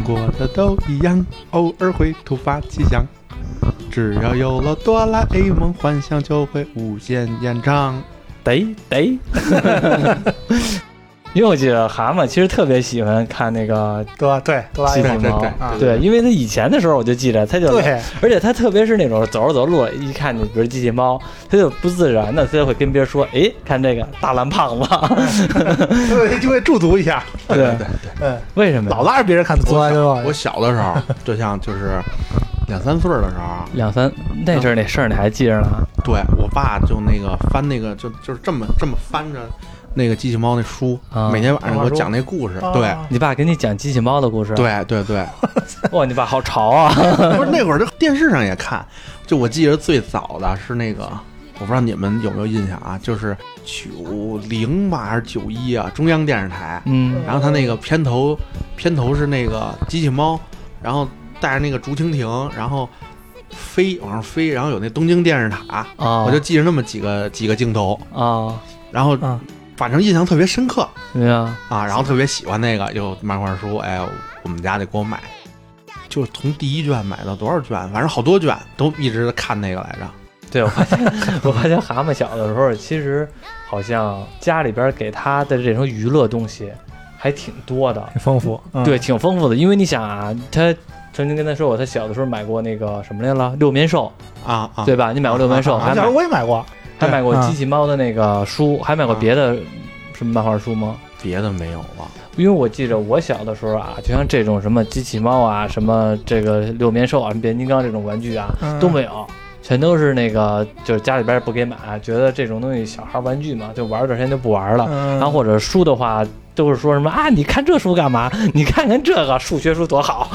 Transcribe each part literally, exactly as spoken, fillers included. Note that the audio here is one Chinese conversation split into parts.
过的都一样，偶尔会突发奇想。只要有了哆啦 A 梦，幻想就会无限延长。 得得。因为我记得蛤蟆其实特别喜欢看那个对对哆啦 A 梦， 对对对对，因为他以前的时候我就记着，他就对， 而且他特别是那种走着走着路，一看见比如机器猫，他就不自然的，他就会跟别人说，哎，看这个大蓝胖子， 对，就会驻足一下。 对对对， 嗯， 为什么呀？ 老拉着别人看哆啦 A 梦。 我小的时候，就像就是两三岁的时候， 两三那阵儿那事儿你还记着呢？ 对我爸就那个翻那个就就是这么这么翻着。那个机器猫那书， 啊、 每天晚上给我讲那故事。啊、对， 你爸给你讲机器猫的故事。 对对对， 哇，你爸好潮啊！ 不是那会儿，这电视上也看。就我记得最早的是那个，我不知道你们有没有印象啊？就是九零吧还是九一啊？中央电视台。 嗯。 然后他那个片头，片头是那个机器猫，然后带着那个竹蜻蜓，然后飞往上飞，然后有那东京电视塔。 啊。 我就记着那么几个几个镜头啊， 然后。啊反正印象特别深刻， 对啊， 啊，然后特别喜欢那个，就漫画书，哎，我们家得给我买，就从第一卷买到多少卷，反正好多卷，都一直看那个来着。 对，我发现，我发现蛤蟆小的时候，其实好像家里边给他的这种娱乐东西还挺多的， 挺丰富， 嗯、对，挺丰富的。因为你想啊，他曾经跟他说过，他小的时候买过那个什么来了，六面兽啊啊， 对吧？你买过六面兽， 啊、小时候我也买过。 还买过机器猫的那个书，还买过别的什么漫画书吗？ 别的没有了， 因为我记着我小的时候啊，就像这种什么机器猫啊，什么这个六面兽啊，什么变形金刚这种玩具啊， 嗯、 都没有，全都是那个就是家里边不给买，觉得这种东西小孩玩具嘛，就玩段时间就不玩了。 嗯、 然后或者书的话。都是说什么啊？你看这书干嘛？你看看这个数学书多好！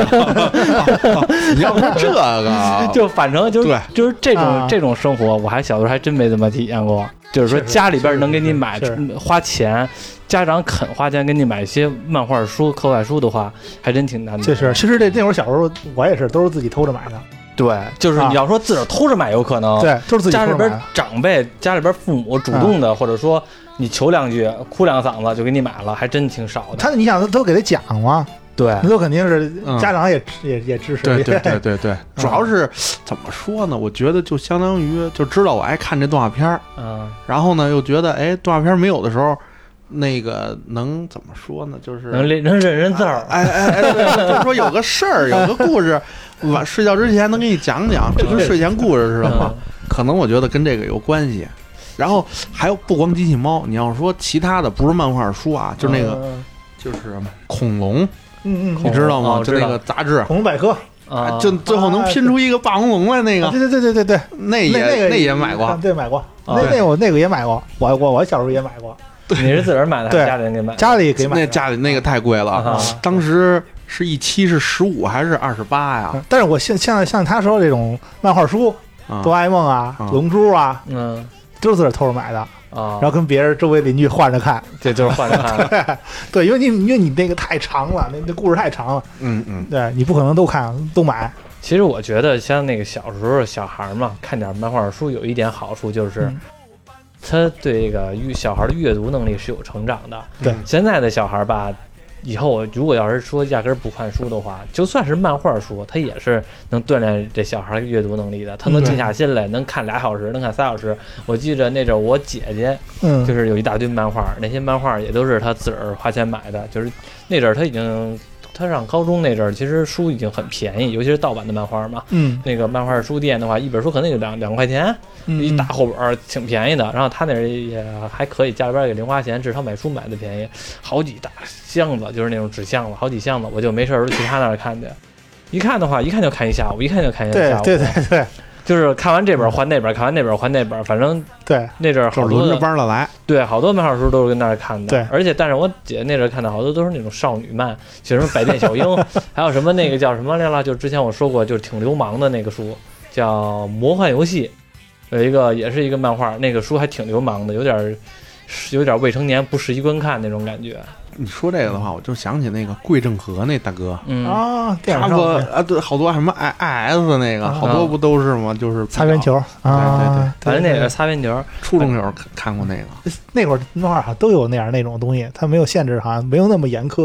你要看这个， 就反正就是对就是这种、 啊、 这种生活，我还小的时候还真没怎么体验过。就是说家里边能给你买花钱，家长肯花钱给你买一些漫画书、课外书的话，还真挺难的。 确实，其实这那会儿小时候我也是都是自己偷着买的。 对，就是你要说自个儿偷着买有可能， 啊、对，都是自己家里边长辈、家里边父母主动的，啊、或者说。你求两句，哭两嗓子就给你买了，还真挺少的。 他，你想，他都给他讲嘛， 对， 那都肯定是家长也、嗯、也也支持。 对对对对对，主要是怎么说呢？我觉得就相当于就知道我爱看这动画片嗯， 然后呢又觉得哎，动画片没有的时候，那个能怎么说呢？就是能能认认字儿， 哎哎哎，就是说有个事儿，有个故事，晚睡觉之前能给你讲讲，就跟睡前故事似的嘛。嗯、可能我觉得跟这个有关系。然后还有不光机器猫，你要说其他的不是漫画书啊，就那个、嗯、就是恐龙， 嗯嗯， 你知道吗？ 哦、 就那个杂志《 恐龙百科》 啊， 就最后能拼出一个霸王龙来那个， 啊、对对对对对对， 那也那个那也买过， 啊、对买过，啊、那那我那个也买过，我我我小时候也买过。 你是自个儿买的还是家里人给买的？ 家里给买的。 那家里那个太贵了， 啊、 当时是一期是十五还是二十八呀？ 但是我像像像他说这种漫画书， 啊、 哆啦 A 梦啊、啊龙珠啊， 嗯， 都是自个儿偷着买的。 啊， 然后跟别人周围邻居换着看， 这就是换着看对，对，因为你因为你那个太长了，那那故事太长了， 嗯嗯， 对你不可能都看都买。 其实我觉得像那个小时候小孩嘛，看点漫画书有一点好处就是， 嗯、 他对这个小孩的阅读能力是有成长的。 对， 现在的小孩吧。以后如果要是说压根儿不看书的话，就算是漫画书，它也是能锻炼这小孩阅读能力的。他能静下心来，能看俩小时，能看仨小时。我记着那阵我姐姐， 嗯， 就是有一大堆漫画，那些漫画也都是她自个儿花钱买的。就是那阵儿她已经，她上高中那阵儿，其实书已经很便宜，尤其是盗版的漫画嘛。 嗯， 那个漫画书店的话，一本书可能就两两块钱， 嗯、 一大厚本挺便宜的。然后他那儿也还可以，家里边给零花钱，至少买书买的便宜，好几大箱子，就是那种纸箱子，好几箱子，我就没事儿去他那儿看去。一看的话，一看就看一下午，一看就看一下午。 对对对对， 就是看完这本换那本，看完那本换那本，反正对那阵儿好多轮着班的来。 对，好多漫画书都是跟那儿看的。 对， 而且但是我姐那阵儿看的好多都是那种少女漫，就什么百变小樱，还有什么那个叫什么来了，就之前我说过，就是挺流氓的那个书，叫《魔幻游戏》，有一个也是一个漫画，那个书还挺流氓的，有点有点未成年不适宜观看那种感觉。 你说这个的话，我就想起那个桂正和那大哥， 嗯啊，电影上啊，对，好多什么 I I S 那个，好多不都是吗？就是擦边球啊，对对对，反正那个擦边球， 初中时候看过那个， 那会儿漫画好像都有那样那种东西，它没有限制，好像没有那么严苛。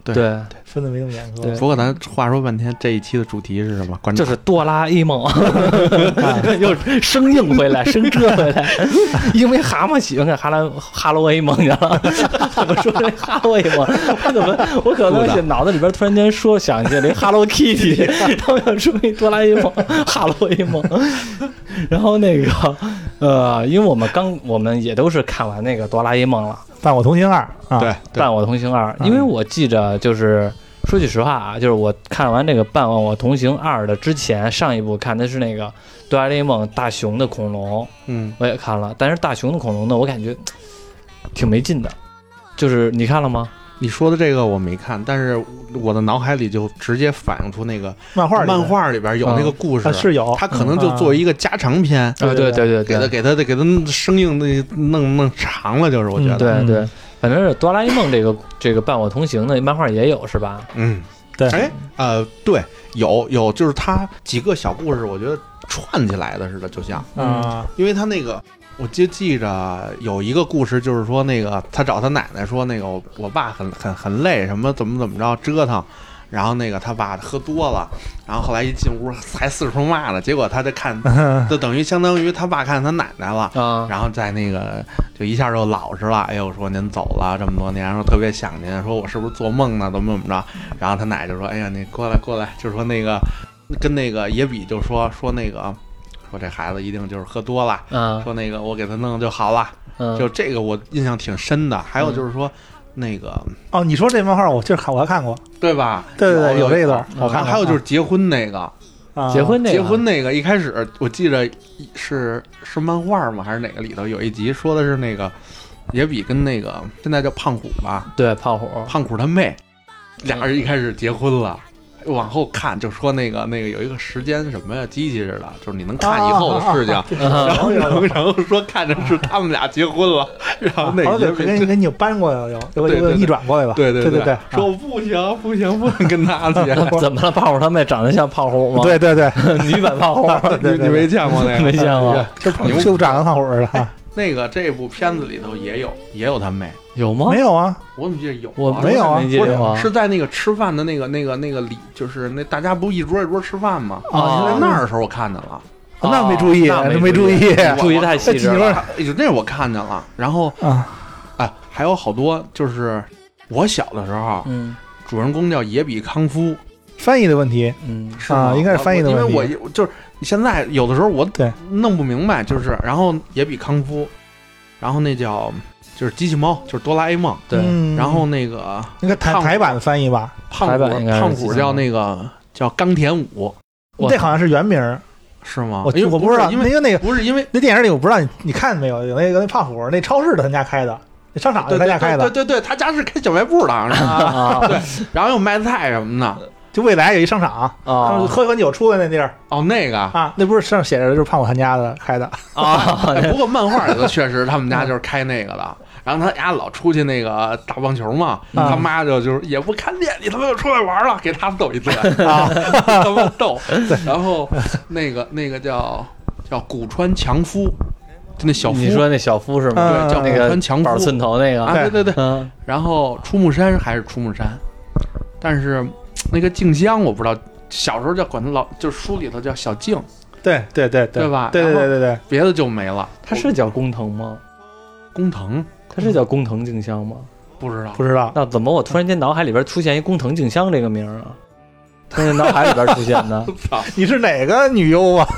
对对， 分的没那么严对苛。 不过咱话说半天，这一期的主题是什么？关就是哆啦 A 梦，又生硬回来，生遮回来，因为蛤蟆喜欢看哈拉哈喽 A 梦，你知道吗？怎么说这哈喽 A 梦？我怎么我可能是脑子里边突然间说想起来 Hello Kitty， 然后又说一哆啦 A 梦，哈喽 A 梦，然后那个呃，因为我们刚我们也都是看完那个哆啦 A 梦了， 伴我同行二啊， 对， 伴我同行二，因为我记着就是说句实话啊，就是我看完这个伴我同行二的之前，上一部看的是那个哆啦 A 梦大雄的恐龙， 嗯， 我也看了，但是大雄的恐龙呢，我感觉挺没劲的，就是你看了吗？ 你说的这个我没看，但是我的脑海里就直接反映出那个漫画里漫画里边有那个故事， 啊是有， 他可能就作为一个加长篇， 啊，对对对给他对， 给他给他生硬的弄弄长了，就是我觉得， 对对，反正是哆啦 A 梦这个这个伴我同行的漫画也有是吧？ 嗯， 对， 哎，呃，对，有有，就是他几个小故事，我觉得串起来的似的，就像啊， 因为他那个。我就记着有一个故事，就是说那个他找他奶奶说，那个我我爸很很很累，什么怎么怎么着折腾，然后那个他爸喝多了，然后后来一进屋还四处骂呢，结果他就看，就等于相当于他爸看他奶奶了啊， 然后在那个就一下就老实了，哎呦说您走了这么多年，说特别想您，说我是不是做梦呢，怎么怎么着，然后他奶就说，哎呀你过来过来，就是说那个跟那个野比就说说那个。说这孩子一定就是喝多了， 嗯， 说那个我给他弄就好了， 嗯， 就这个我印象挺深的。还有就是说，那个哦，你说这漫画我就是看我还看过， 对吧？ 对对对，有这一段我看。还有就是结婚那个， 结婚那个， 结婚那个一开始我记得是是漫画吗？还是哪个里头有一集说的是那个野比跟那个现在叫胖虎吧？ 对，胖虎， 胖虎他妹，俩人一开始结婚了。往后看就说那个那个有一个时间什么呀机器似的，就是你能看以后的事情，然后然后然后说看着是他们俩结婚了，然后那个给给你搬过来了，有有有逆转过来了， 对对对对对， 说我不行不行不能跟他结， 怎么了？胖虎他妹长得像胖虎吗？ 对对对， 女版胖虎， 你你没见过那个？ 没见过， 就就长得胖虎似的。 那个这部片子里头也有也有他妹， 有吗？ 没有啊， 我怎么记得有？ 我没有啊， 不是啊， 是在那个吃饭的那个那个那个里，就是那大家不一桌一桌吃饭吗？ 啊， 在那儿的时候我看见了， 那没注意，那没注意， 注意太细致了。 就那我看见了，然后啊， 哎，还有好多就是我小的时候， 嗯， 主人公叫野比康夫， 翻译的问题， 嗯， 是吗？ 啊，应该是翻译的问题， 因为我就是现在有的时候我对弄不明白，就是然后野比康夫。然后那叫就是机器猫，就是哆啦 A 梦， 对。 嗯、 然后那个应该台台版的翻译吧， 胖虎胖虎叫那个叫冈田武， 这好像是原名， 是吗？ 我我不知道， 因为那个那个不是因为那电影里我不知道你你看没有？有那个那胖虎那超市的他家开的，那商场是他家开的， 对对对，他家是开小卖部的，好像是啊，对，然后又卖菜什么的。 就未来有一商场， 他们喝完酒出来那地儿， 哦，那个啊，那不是上写着就是胖虎他家的开的啊。不过漫画里头确实他们家就是开那个的，然后他家老出去那个打棒球嘛，他妈就就是也不看店，你他妈又出来玩了，给他揍一顿啊，他妈逗。然后那个那个叫叫古川强夫，就那小夫， 你说那小夫是吗？ 对，叫那个古川强夫， 板寸头那个啊，对对对。然后出木山还是出木山，但是。那个静香我不知道，小时候叫管他老，就是书里头叫小静， 对对对对对吧？ 对对对对对， 别的就没了。 他是叫工藤吗？ 工藤， 他是叫工藤静香吗？ 不知道， 不知道。 那怎么我突然间脑海里边出现一工藤静香这个名啊？突然间脑海里边出现的， 你是哪个女优啊？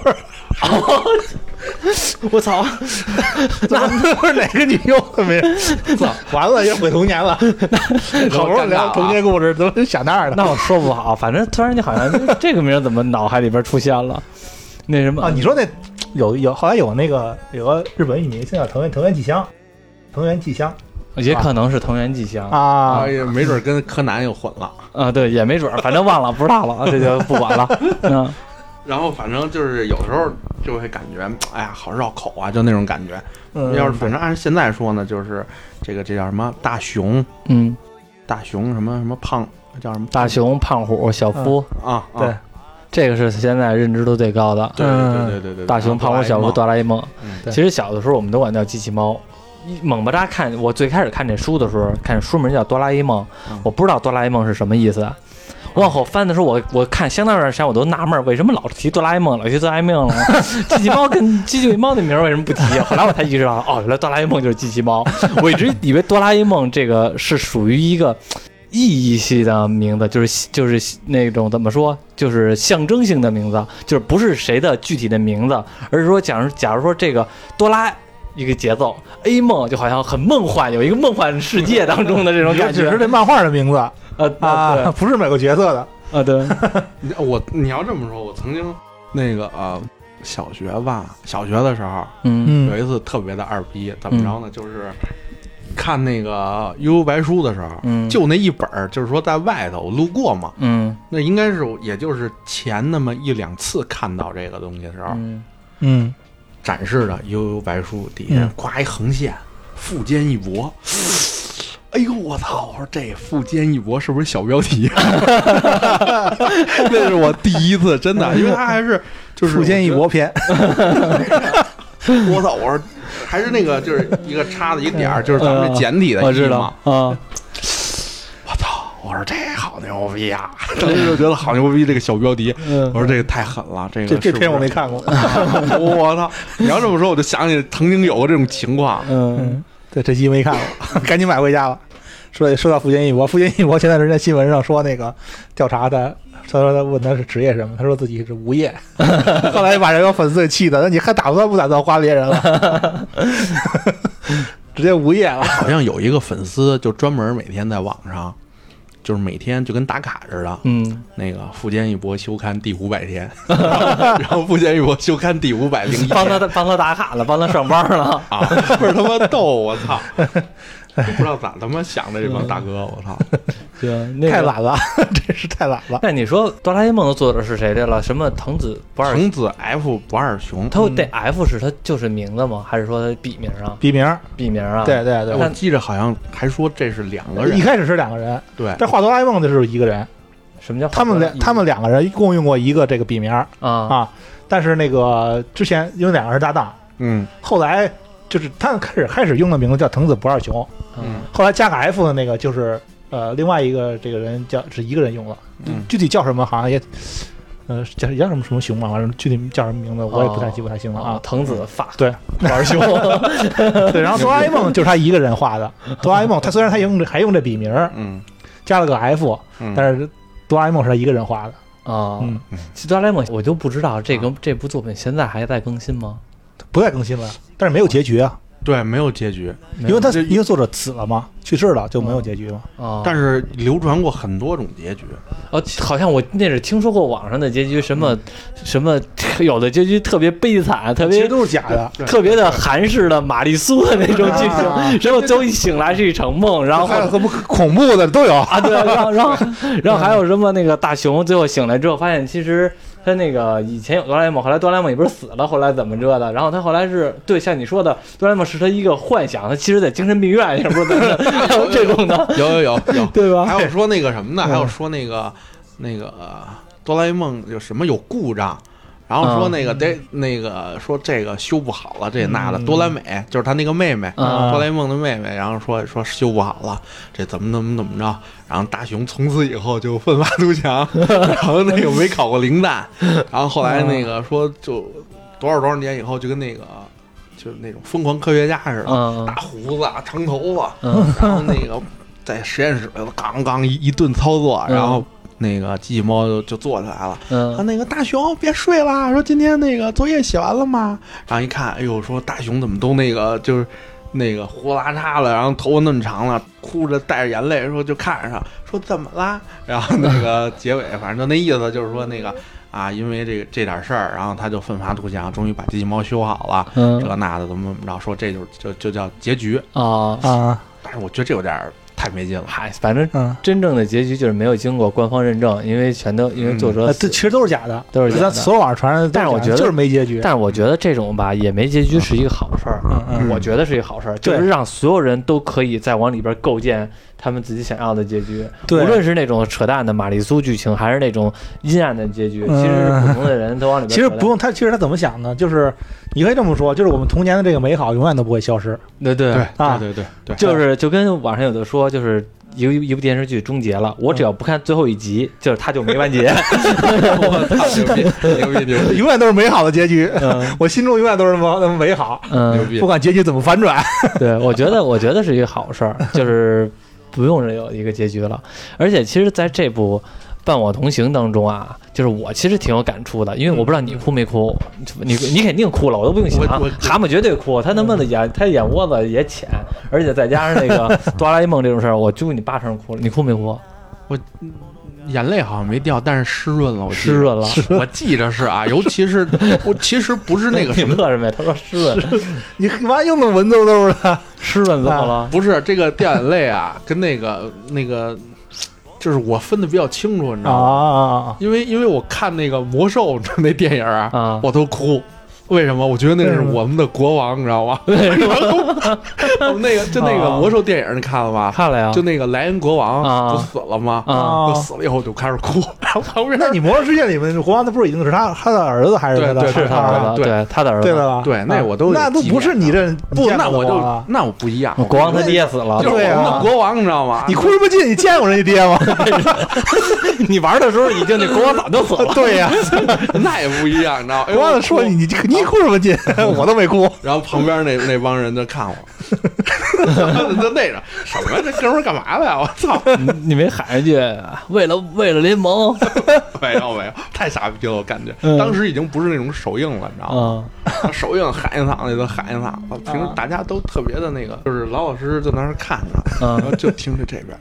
我操！ 那不是哪个女优的名？操！完了，又毁童年了。好不容易聊童年故事，怎么想那儿的？ 那我说不好，反正突然间好像这个名怎么脑海里边出现了？那什么啊？你说那有有后来有那个有个日本女明星叫藤原藤原纪香，藤原纪香也可能是藤原纪香啊， 哎呀，没准跟柯南又混了啊。对，也没准，反正忘了，不知道了，这就不管了。嗯。 然后反正就是有时候就会感觉，哎呀，好绕口啊，就那种感觉。 嗯， 要是反正按现在说呢，就是这个这叫什么大熊， 嗯， 大熊什么什么胖叫什么大熊、胖虎、小夫、 嗯、啊， 对， 这个是现在认知度最高的。 对对对对对对， 大熊、胖虎、小夫、哆啦 A 梦。 嗯， 其实小的时候我们都管叫机器猫。 猛巴扎看我最开始看这书的时候，看书名叫《哆啦 A 梦》， 嗯我不知道哆啦 A 梦是什么意思。我往后翻的时候，我我看相当一段时间，我都纳闷为什么老是提哆啦 A 梦，老提哆啦 A 梦了。机器猫跟机器猫的名儿为什么不提？后来我才意识到，哦，原来哆啦 A 梦就是机器猫。我一直以为哆啦 A 梦这个是属于一个意义系的名字，就是就是那种怎么说，就是象征性的名字，就是不是谁的具体的名字，而是说，假如假如说这个哆啦。一个节奏 ，A 梦就好像很梦幻，有一个梦幻世界当中的这种感觉。 只是这漫画的名字呃啊，不是每个角色的啊。对， 我你要这么说，我曾经那个呃小学吧，小学的时候， 嗯， 有一次特别的二逼，怎么着呢？就是看那个《悠悠白书》的时候， 嗯， 就那一本儿，就是说在外头路过嘛， 嗯， 那应该是也就是前那么一两次看到这个东西的时候， 嗯嗯。 展示的《悠悠白书》底下挂一横线，富坚义博。哎呦我操！我说这富坚义博是不是小标题？那是我第一次，真的，因为他还是就是富坚义博篇。 我操！我说还是那个就是一个叉子一个点儿，就是咱们这简体的义嘛。 啊！ 我操！我说这好牛逼啊！当时就觉得好牛逼，这个小标题。我说这个太狠了，这个这这篇我没看过。 我操！你要这么说，我就想起曾经有过这种情况。 嗯，对，这集没看过，赶紧买回家了。说说到富坚义博，富坚义博前段时间新闻上说那个调查他，他说他问他是职业什么，他说自己是无业。后来把人有粉丝给气的，那你还打算不打算花别人了？直接无业了。 好像有一个粉丝就专门每天在网上。就是每天就跟打卡似的， 嗯， 那个富坚义博休刊第五百天，然后富坚义博休刊第五百零一， 帮他帮他打卡了，帮他上班了啊，倍儿他妈逗，我操！不知道咋他妈想的这帮大哥，我操！ 对，那个、 太懒了，真是太懒了。 那你说哆啦 A 梦的作者是谁来了？什么藤子不二藤子 F 不二雄？ 他这 F 是他就是名字吗？还是说他笔名啊？ 笔名， 笔名啊？ 对对对， 我记着好像还说这是两个人， 一开始是两个人， 对， 但画哆啦 A 梦的是一个人。 什么叫他们两他们两个人共用过一个这个笔名啊啊？但是那个之前因为两个人搭档， 嗯， 后来就是他们开始开始用的名字叫藤子不二雄， 嗯， 后来加个 F 的那个就是呃另外一个这个人叫是一个人用了， 嗯， 具体叫什么好像也呃叫叫什么什么熊嘛，反正具体叫什么名字我也不太记不太清了啊。 藤子发对不二雄， 对，然后哆啦 A 梦就是他一个人画的，哆啦 A 梦他虽然他用还用这笔名， 嗯， 加了个 F，但是哆啦 A 梦是他一个人画的。 啊，嗯，其实哆啦 A 梦我就不知道这个这部作品现在还在更新吗？ 不再更新了，但是没有结局啊。 对，没有结局， 因为他因为作者死了嘛，去世了就没有结局嘛。 哦， 但是流传过很多种结局。 哦，好像我那是听说过网上的结局，什么、嗯、什么，有的结局特别悲惨，特别其实都是假的， 特别的韩式的玛丽苏的那种剧情，然后最后一醒来是一场梦，然后还有什么恐怖的都有啊，对，然后然后然后还有什么那个大熊最后醒来之后发现其实。他那个以前有哆啦 A 梦，后来哆啦 A 梦也不是死了，后来怎么着的？然后他后来是对，像你说的，哆啦 A 梦是他一个幻想，他其实在精神病院，是不是？还有这种的， 有有有有， 对吧？ 还有说那个什么呢？还有说那个那个哆啦 A 梦有什么有故障？然后说那个得、嗯、那个说这个修不好了，这那的。哆啦美就是他那个妹妹， 嗯、 哆啦 A 梦的妹妹，然后说说修不好了，这怎么怎么怎么着。然后大雄从此以后就奋发图强，然后那个没考过零蛋，然后后来那个说就多少多少年以后就跟那个就是那种疯狂科学家似的， 嗯、 大胡子、长头发， 嗯、 然后那个在实验室刚刚一一顿操作，然后。那个机器猫就就坐起来了， 嗯， 啊，那个大熊别睡啦，说今天那个作业写完了吗？然后一看，哎呦，说大熊怎么都那个就是那个呼啦嚓了，然后头发那么长了，哭着带着眼泪说就看上，说怎么啦？然后那个结尾反正就那意思就是说那个啊，因为这个这点事儿，然后他就奋发图强，终于把机器猫修好了， 嗯， 这那的怎么怎么着，说这就就就叫结局啊啊！ 但是我觉得这有点太没劲了， 嗨，反正真正的结局就是没有经过官方认证，因为全都因为作者、 嗯、这其实都是假的， 都是假的， 所有网上传的。 但是我觉得就是没结局。 但是我觉得这种吧也没结局是一个好事儿， 嗯嗯， 我觉得是一个好事儿，就是让所有人都可以再往里边构建他们自己想要的结局。 对， 无论是那种扯淡的玛丽苏剧情，还是那种阴暗的结局， 嗯、 其实普通的人都往里边。 其实不用他，其实他怎么想呢？就是你可以这么说，就是我们童年的这个美好永远都不会消失。 对对对啊， 对对对， 就是就跟网上有的说，就是一个一部电视剧终结了，我只要不看最后一集，就是它就没完结。 我操，牛逼牛逼牛逼， 永远都是美好的结局， 嗯、 我心中永远都是那么美好， 嗯， 牛逼， 不管结局怎么反转。 对，我觉得我觉得是一个好事儿，就是不用有一个结局了。而且其实在这部伴我同行当中啊，就是我其实挺有感触的，因为我不知道你哭没哭，你你肯定哭了，我都不用想，蛤蟆绝对哭，他他妈的眼他眼窝子也浅，而且再加上那个哆啦 A 梦这种事儿，我就你八成哭了，你哭没哭？ 我眼泪好像没掉，但是湿润了，我湿润了， 我记着是啊，尤其是我其实不是那个你乐什么呀？他说湿润， 你干嘛又那么文绉绉的？ 湿润怎么了？ 不是这个掉眼泪啊，跟那个那个。就是我分的比较清楚，你知道吗？ 啊， 因为因为我看那个魔兽那电影啊， 啊我都哭。为什么？我觉得那是我们的国王，你知道吗？那个就那个魔兽电影，你看了吗？ 看了呀。 就那个莱茵国王不死了吗？ 啊， 死了以后就开始哭。然后旁边， 那你魔兽世界里面国王，他不是已经是他他的儿子还是他的？ 是他儿子，对他的儿子， 对吧？ 对，那我都那都不是你这不，那我就那我不一样。 国王他爹死了， 就是我们的国王，你知道吗？ 你哭什么劲？你见过人家爹吗？ 你玩的时候已经那国王早就死了。 对呀， 那也不一样，你知道吗？ 国王说你你你哭什么劲？我都没哭。 然后旁边那那帮人就看我，就那个什么这哥们干嘛来呀？我操！ 你你没喊一句为了为了联盟？ 没有没有，太傻逼了，我感觉、嗯、当时已经不是那种首映了，你知道吗？嗯、首映喊一嗓子就喊一嗓子，平时大家都特别的那个，就是老老实实在那儿看着，嗯、然后就听着这边。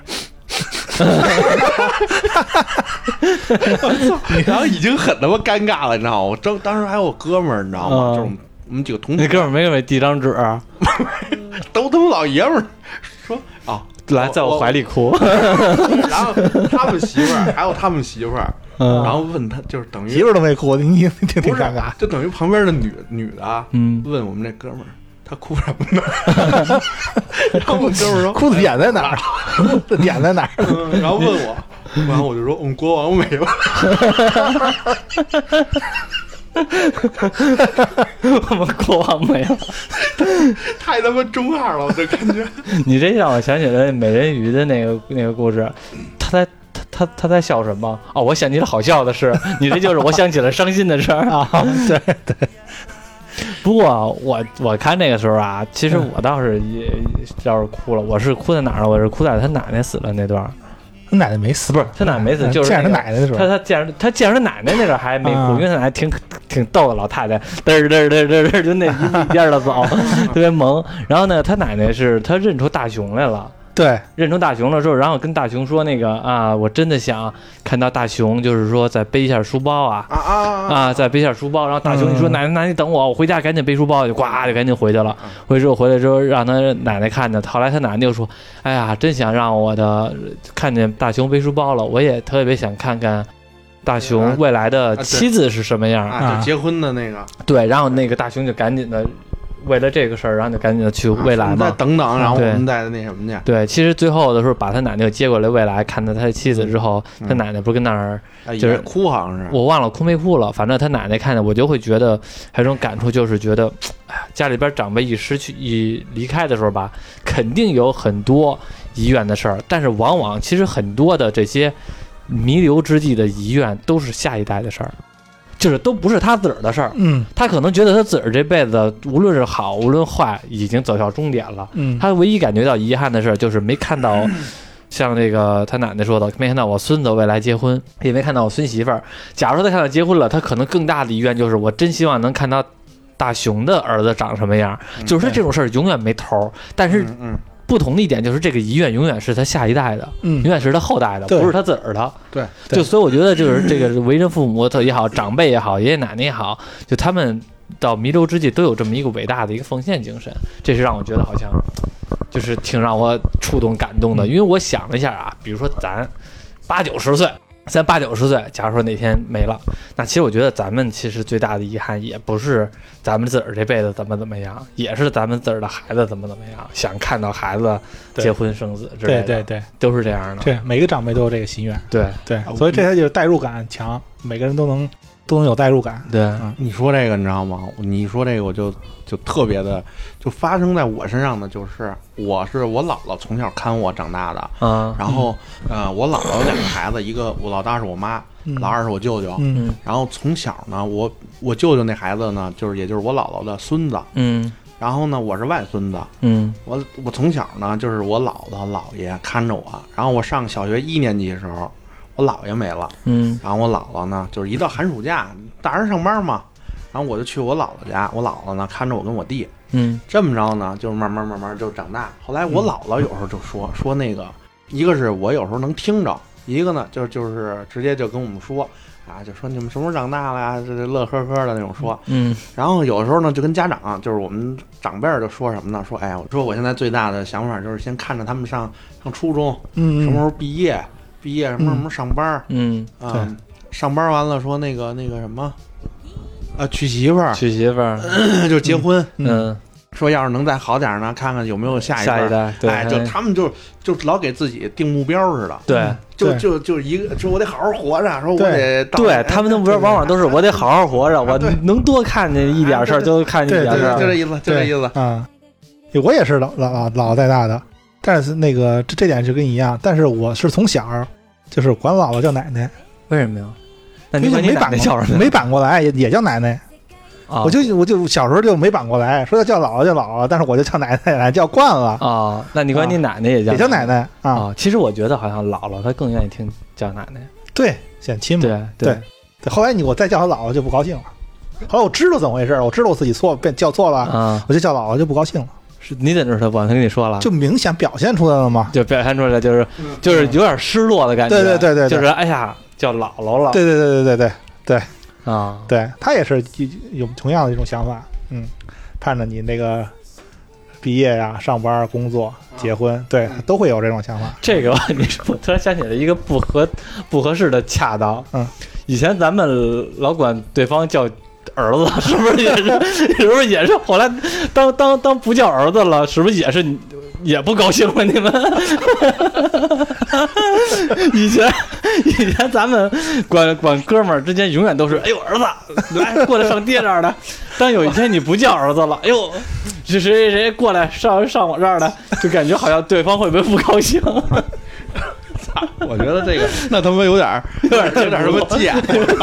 然后已经很他妈尴尬了，你知道吗？我当当时还有我哥们儿，你知道吗？嗯、就是我们几个同学， 那哥们儿没给我递张纸， 都他妈老爷们儿说啊， 来在我怀里哭。 然后他们媳妇儿还有他们媳妇儿，嗯、然后问他，就是等于媳妇儿都没哭，你挺挺尴尬， 就等于旁边的女女的，嗯，问我们这哥们儿。他哭什么呢？然后我哥们说：“ 哭的点在哪儿？这点在哪儿、 嗯？”然后问我，然后我就说：“我们国王没了。” 我们国王没了， 太他妈中二了，我这感觉。 你这让我想起了美人鱼的那个那个故事，他在他他他在笑什么？哦，我想起了好笑的事，你这就是我想起了伤心的事儿啊！对对。 不过我我看那个时候啊，其实我倒是也倒是哭了。我是哭在哪儿了？我是哭在他奶奶死了那段。 他奶奶没死， 不是他奶奶没死，就是见着他奶奶的时候。 他他见着他见着他奶奶那阵还没哭，因为他奶奶挺挺逗的，老太太嘚儿嘚儿嘚儿嘚儿就那一颠的走，特别萌。然后呢，他奶奶是他认出大熊来了。 对， 认出大熊了之后，然后跟大熊说那个啊，我真的想看到大熊，就是说再背一下书包啊啊啊啊，再背一下书包。然后大熊你说、嗯、奶奶奶你等我，我回家赶紧背书包，就呱就赶紧回去了。回去之后回来之后让他奶奶看着，后来他奶奶就说，哎呀，真想让我的看见大熊背书包了，我也特别想看看大熊未来的妻子是什么样啊，就结婚的那个。 对，然后那个大熊就赶紧的。为了这个事儿，然后就赶紧的去未来嘛， 再等等，然后我们再那什么去。 对，其实最后的时候把他奶奶接过来未来，看到他的妻子之后，嗯、他奶奶不是跟那儿就是哭，好像是我忘了哭没哭了，反正他奶奶看见我就会觉得还有种感触，就是觉得，哎呀，家里边长辈一失去一离开的时候吧，肯定有很多遗愿的事儿，但是往往其实很多的这些弥留之际的遗愿都是下一代的事儿。就是都不是他自个儿的事儿， 嗯， 他可能觉得他自个儿这辈子无论是好无论坏，已经走向终点了， 嗯， 他唯一感觉到遗憾的事儿就是没看到，嗯、像这个他奶奶说的，没看到我孙子未来结婚，也没看到我孙媳妇儿。假如说他看到结婚了，他可能更大的遗愿就是我真希望能看到大熊的儿子长什么样，嗯、就是这种事儿永远没头，但是， 嗯。嗯不同的一点就是这个遗愿永远是他下一代的， 嗯， 永远是他后代的，不是他自个儿的。 对， 就所以我觉得就是这个为人父母也好，长辈也好，爷爷奶奶也好，就他们到弥留之际都有这么一个伟大的一个奉献精神，这是让我觉得好像就是挺让我触动感动的。因为我想了一下啊，比如说咱八九十岁咱八九十岁，假如说哪天没了，那其实我觉得咱们其实最大的遗憾也不是咱们自个儿这辈子怎么怎么样，也是咱们自个儿的孩子怎么怎么样，想看到孩子结婚生子之类的， 对对对， 都是这样的。 对，每个长辈都有这个心愿。 对对，所以这才就是代入感强，每个人都能都能有代入感。 对， 嗯， 你说这个你知道吗？你一说这个我就就特别的，就发生在我身上的就是我是我姥姥从小看我长大的， 嗯， 然后呃我姥姥有两个孩子，一个我老大是我妈， 嗯老二是我舅舅， 嗯然后从小呢我我舅舅那孩子呢就是也就是我姥姥的孙子， 嗯然后呢我是外孙子， 嗯我我从小呢就是我姥姥姥爷看着我，然后我上小学一年级的时候我姥爷没了， 嗯然后我姥姥呢就是一到寒暑假大人上班嘛，然后我就去我姥姥家，我姥姥呢看着我跟我弟， 嗯这么着呢就慢慢慢慢就长大。后来我姥姥有时候就说说那个，一个是我有时候能听着，一个呢就就是直接就跟我们说啊，就说你们什么时候长大了呀，这这乐呵呵的那种说。 嗯然后有时候呢就跟家长，就是我们长辈儿就说什么呢？说哎呀，我说我现在最大的想法就是先看着他们上上初中， 嗯， 什么时候毕业，毕业什么时候什么时候上班， 嗯， 啊、 对上班完了说那个那个什么，啊，娶媳妇儿， 娶媳妇儿， 就结婚。 嗯， 说要是能再好点儿呢，看看有没有下一下一代，对， 哎，就他们就就老给自己定目标似的， 对。 对就就就一个说我得好好活着，说我得到对他们的目标往往都是我得好好活着，我对能多看见一点事儿就看见一点事儿。 就这意思，就这意思。 啊，我也是老老老老带大的，但是那个这这点就跟你一样，但是我是从小就是管姥姥叫奶奶， 为什么呀？那你因为管你奶没反过奶叫什么呀？ 没反过来，也也叫奶奶。 啊我就我就小时候就没反过来，说要叫姥姥叫姥姥，但是我就叫奶奶奶奶叫惯了， 啊，那你管你奶奶也叫也叫奶奶啊。 啊？其实我觉得好像姥姥她更愿意听叫奶奶。 对，显亲嘛。 对对对，后来你我再叫她姥姥就不高兴了。后来我知道怎么回事，我知道我自己错变叫错了， 啊， 我就叫姥姥就不高兴了， 是你怎么知道她不？她跟你说了， 就明显表现出来了嘛。 就表现出来就是就是有点失落的感觉。 对对对对对就是哎呀叫姥姥了。 对对对对对对啊， 对，他也是有同样的一种想法，嗯，盼着你那个毕业呀、上班、工作、结婚，对，都会有这种想法。 这个你说，我突然想起了一个不合不合适的恰当。 嗯， 以前咱们老管对方叫儿子，是不是也是？是不是也是？后来当当当不叫儿子了，是不是也是也不高兴了？你们以前以前咱们管管哥们儿之间永远都是哎呦儿子来过来上爹这儿的。当有一天你不叫儿子了，哎呦是谁谁谁过来上上我这儿的，就感觉好像对方会不会不高兴？ 我觉得这个那他妈有点儿有点儿有点儿什么贱。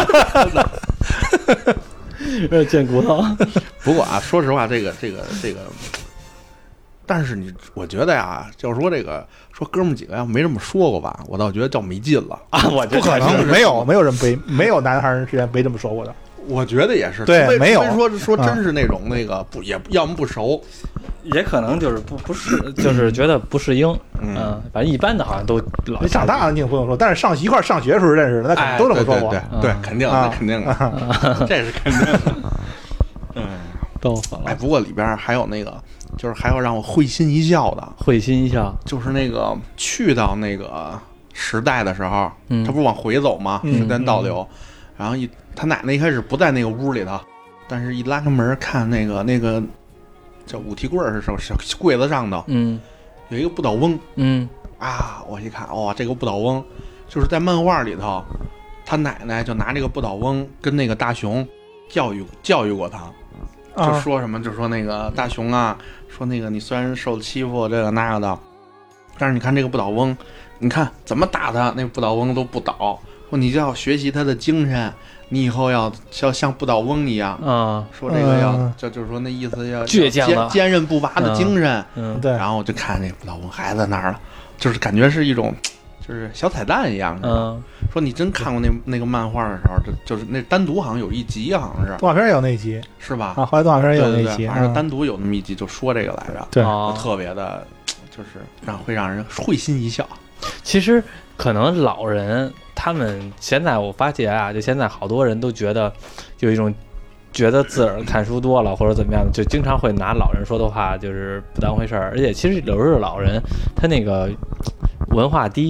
有点贱骨头。 不过啊，说实话，这个这个这个，但是你我觉得呀，就是说这个说哥们几个要没这么说过吧，我倒觉得叫没劲了啊！我觉得不可能，没有没有人没没有男孩人之间没这么说过的。 我觉得也是， 对除非没有除非说说真是那种那个不也要么不熟， 也可能就是不不是，就是觉得不适应。 嗯嗯，反正一般的好像都老你长大了你也不用说，但是上一块儿上学时候认识的，那肯定都这么说过。 对对对，肯定啊那肯定的，这是肯定的。嗯， 逗死了。 哎，不过里边还有那个，就是还有让我会心一笑的， 会心一笑， 就是那个去到那个时代的时候， 嗯他不是往回走吗？ 嗯时间倒流，然后一他奶奶一开始不在那个屋里头，但是一拉开门看那个那个叫五提柜是什么小柜子上头嗯有一个不倒翁嗯啊，我一看哇、哦，这个不倒翁就是在漫画里头，他奶奶就拿这个不倒翁跟那个大雄教育教育过他。就啊， 说什么，就说那个大雄啊，说那个你虽然受欺负这个那个的，但是你看这个不倒翁，你看怎么打他，那不倒翁都不倒。说你就要学习他的精神，你以后要要像不倒翁一样。 啊说这个要， 嗯就就是说那意思要倔强的坚坚韧不拔的精神。 嗯， 对， 然后我就看那不倒翁还在那儿了，就是感觉是一种，就是小彩蛋一样的。 嗯说你真看过那那个漫画的时候，就就是那单独好像有一集，好像是动画片也有那一集是吧？ 啊，后来动画片也有那一集， 对对对，反正啊单独有那么一集就说这个来着， 对哦特别的，就是让会让人会心一笑。 其实可能老人他们现在我发现啊，就现在好多人都觉得有一种觉得自个儿看书多了或者怎么样，就经常会拿老人说的话就是不当回事儿。而且其实有时候老人他那个文化低，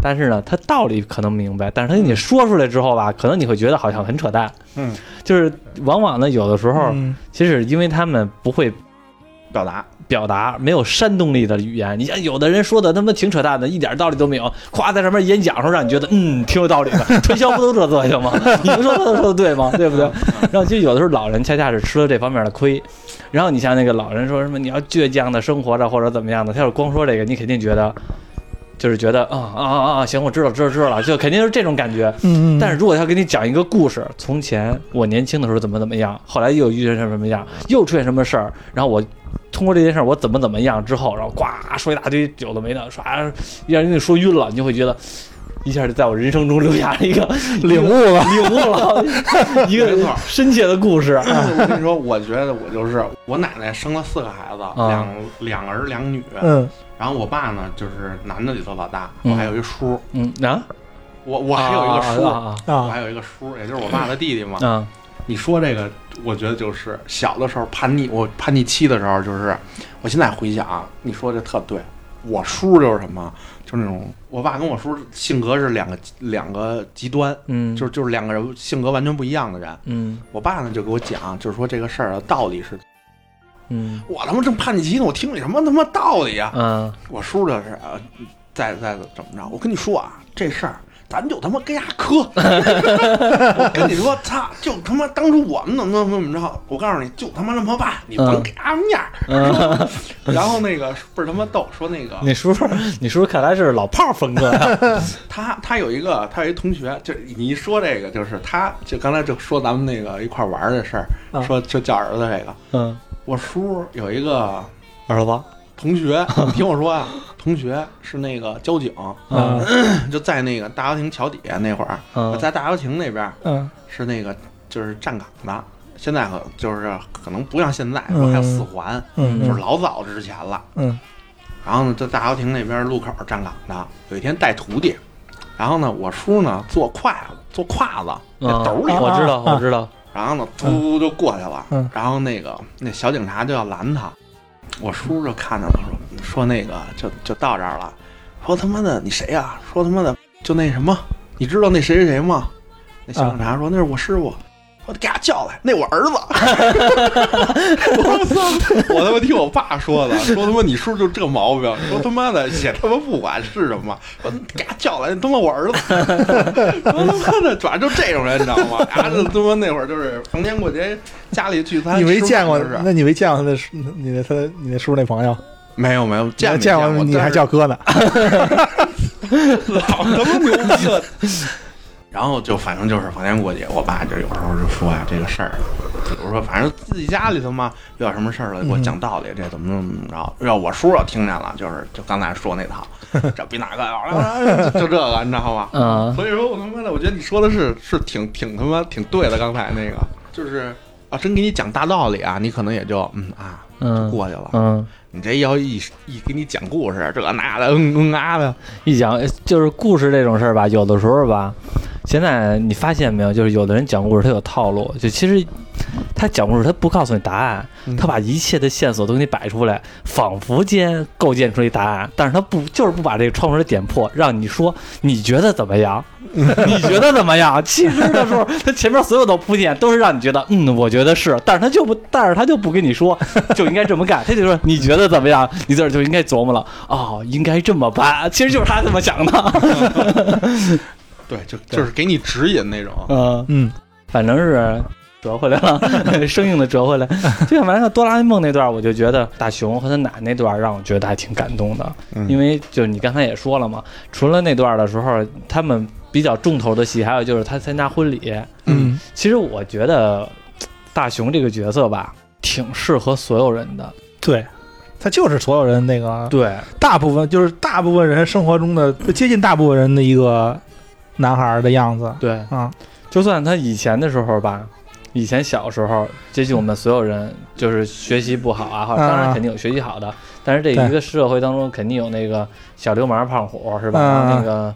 但是呢，他道理可能明白，但是他给你说出来之后吧，可能你会觉得好像很扯淡。 嗯， 就是往往呢，有的时候， 嗯、 其实因为他们不会表达。 表达没有煽动力的语言，你像有的人说的他妈挺扯淡的，一点道理都没有，夸在上面演讲时候让你觉得嗯挺有道理的，传销不都这作用吗？你们说他都说的对吗？对不对？然后就有的时候老人恰恰是吃了这方面的亏，然后你像那个老人说什么你要倔强的生活着或者怎么样的，他要是光说这个，你肯定觉得就是觉得啊啊啊啊行，我知道知道知道了，就肯定是这种感觉。 嗯嗯。 但是如果他给你讲一个故事，从前我年轻的时候怎么怎么样，后来又遇见什么样，又出现什么事儿，然后我。通过这件事我怎么怎么样之后，然后呱说一大堆有的没的，唰让人给说晕了，你就会觉得一下就在我人生中留下了一个领悟了， 领悟了一个深切的故事。 我跟你说，我觉得我就是我奶奶生了四个孩子， 啊、 两两儿两女。 嗯， 然后我爸呢就是男的里头老大，我还有一个叔。 嗯啊， 我我还有一个叔， 啊啊、 我还有一个叔，也就是我爸的弟弟嘛。 啊。 你说这个，我觉得就是小的时候叛逆，我叛逆期的时候，就是我现在回想，你说这特对。我叔就是什么，就是那种我爸跟我叔性格是两个两个极端， 嗯， 就是就是两个人性格完全不一样的人， 嗯。 我爸呢就给我讲，就是说这个事儿的道理是， 嗯， 我他妈正叛逆期呢，我听你什么他妈道理啊？ 嗯， 我叔就是呃，再再怎么着，我跟你说啊，这事儿。咱就他妈跟丫磕！我跟你说，操，就他妈当初我们怎么怎么怎么着，我告诉你，就他妈那么办，你甭给俺面儿。嗯、然后那个倍儿他妈逗，说那个你叔叔，你叔叔看来是老炮风格呀。 他他有一个，他有一同学，就你一说这个，就是他就刚才就说咱们那个一块玩的事儿，嗯、说就叫儿子这个。 嗯， 我叔有一个儿子同学，你听我说啊。同学是那个交警， 嗯， 就在那个大游亭桥底下那会儿， 嗯， 在大游亭那边， 嗯， 是那个就是站岗的。现在可就是可能不像现在说还有四环， 嗯， 就是老早之前了， 嗯。 然后呢，在大游亭那边路口站岗的，有一天带徒弟，然后呢，我叔呢做筷子，做胯子在兜里， 我知道，我知道。 然后呢，突就过去了， 嗯， 然后那个那小警察就要拦他。我叔就看着了，说说那个就就到这儿了，说他妈的你谁呀、啊？说他妈的就那什么，你知道那谁谁谁吗？那小警察说、啊、那是我师傅，我给他叫来，那我儿子。我操！我他妈听我爸说的，说他妈你叔就这毛病，说他妈的也他妈不管是什么，我给他叫来，他妈我儿子。说他妈的，主要就这种人，你知道吗？啊，这他妈那会儿就是逢年过节家里聚餐， 你没见过？ 就是、 那你没见过他的你的他你的叔那朋友？ 没有没有见见过， 你还叫哥呢， 老他妈牛逼了。然后就反正就是逢年过节，我爸就有时候就说呀、啊、这个事儿，比如说反正自己家里头嘛遇到什么事儿了，给我讲道理，这怎么怎么着。要我叔要听见了，就是就刚才说那套，这比哪个就这个，你知道吗？ 嗯。 所以说我他妈的，我觉得你说的是是挺挺他妈挺对的。刚才那个就是啊，真给你讲大道理啊，你可能也就嗯啊就过去了。 嗯。 你这要一一给你讲故事，这那的嗯嗯啊的， 一讲就是故事这种事儿吧，有的时候吧。现在你发现没有，就是有的人讲故事他有套路，就其实他讲故事他不告诉你答案，他把一切的线索都给你摆出来，仿佛间构建出一答案，但是他不就是不把这个创作者点破，让你说你觉得怎么样？你觉得怎么样？其实的时候他前面所有的铺垫都是让你觉得嗯，我觉得是，但是他就不，但是他就不跟你说就应该这么干，他就说你觉得怎么样？你这就应该琢磨了，哦，应该这么办，其实就是他这么想的。 对，就就是给你指引那种， 嗯嗯， 反正是折回来了，生硬的折回来。就像完了哆啦 A 梦那段，我就觉得大雄和他奶那段让我觉得还挺感动的， 嗯、 因为就你刚才也说了嘛，除了那段的时候，他们比较重头的戏，还有就是他参加婚礼。 嗯， 其实我觉得大雄这个角色吧，挺适合所有人的。 对。他就是所有人那个对大部分就是大部分人生活中的接近大部分人的一个男孩的样子。 对啊， 就算他以前的时候吧，以前小时候接近我们所有人，就是学习不好啊，或者当然肯定有学习好的，但是这一个社会当中肯定有那个小流氓胖虎是吧？ 啊、 那个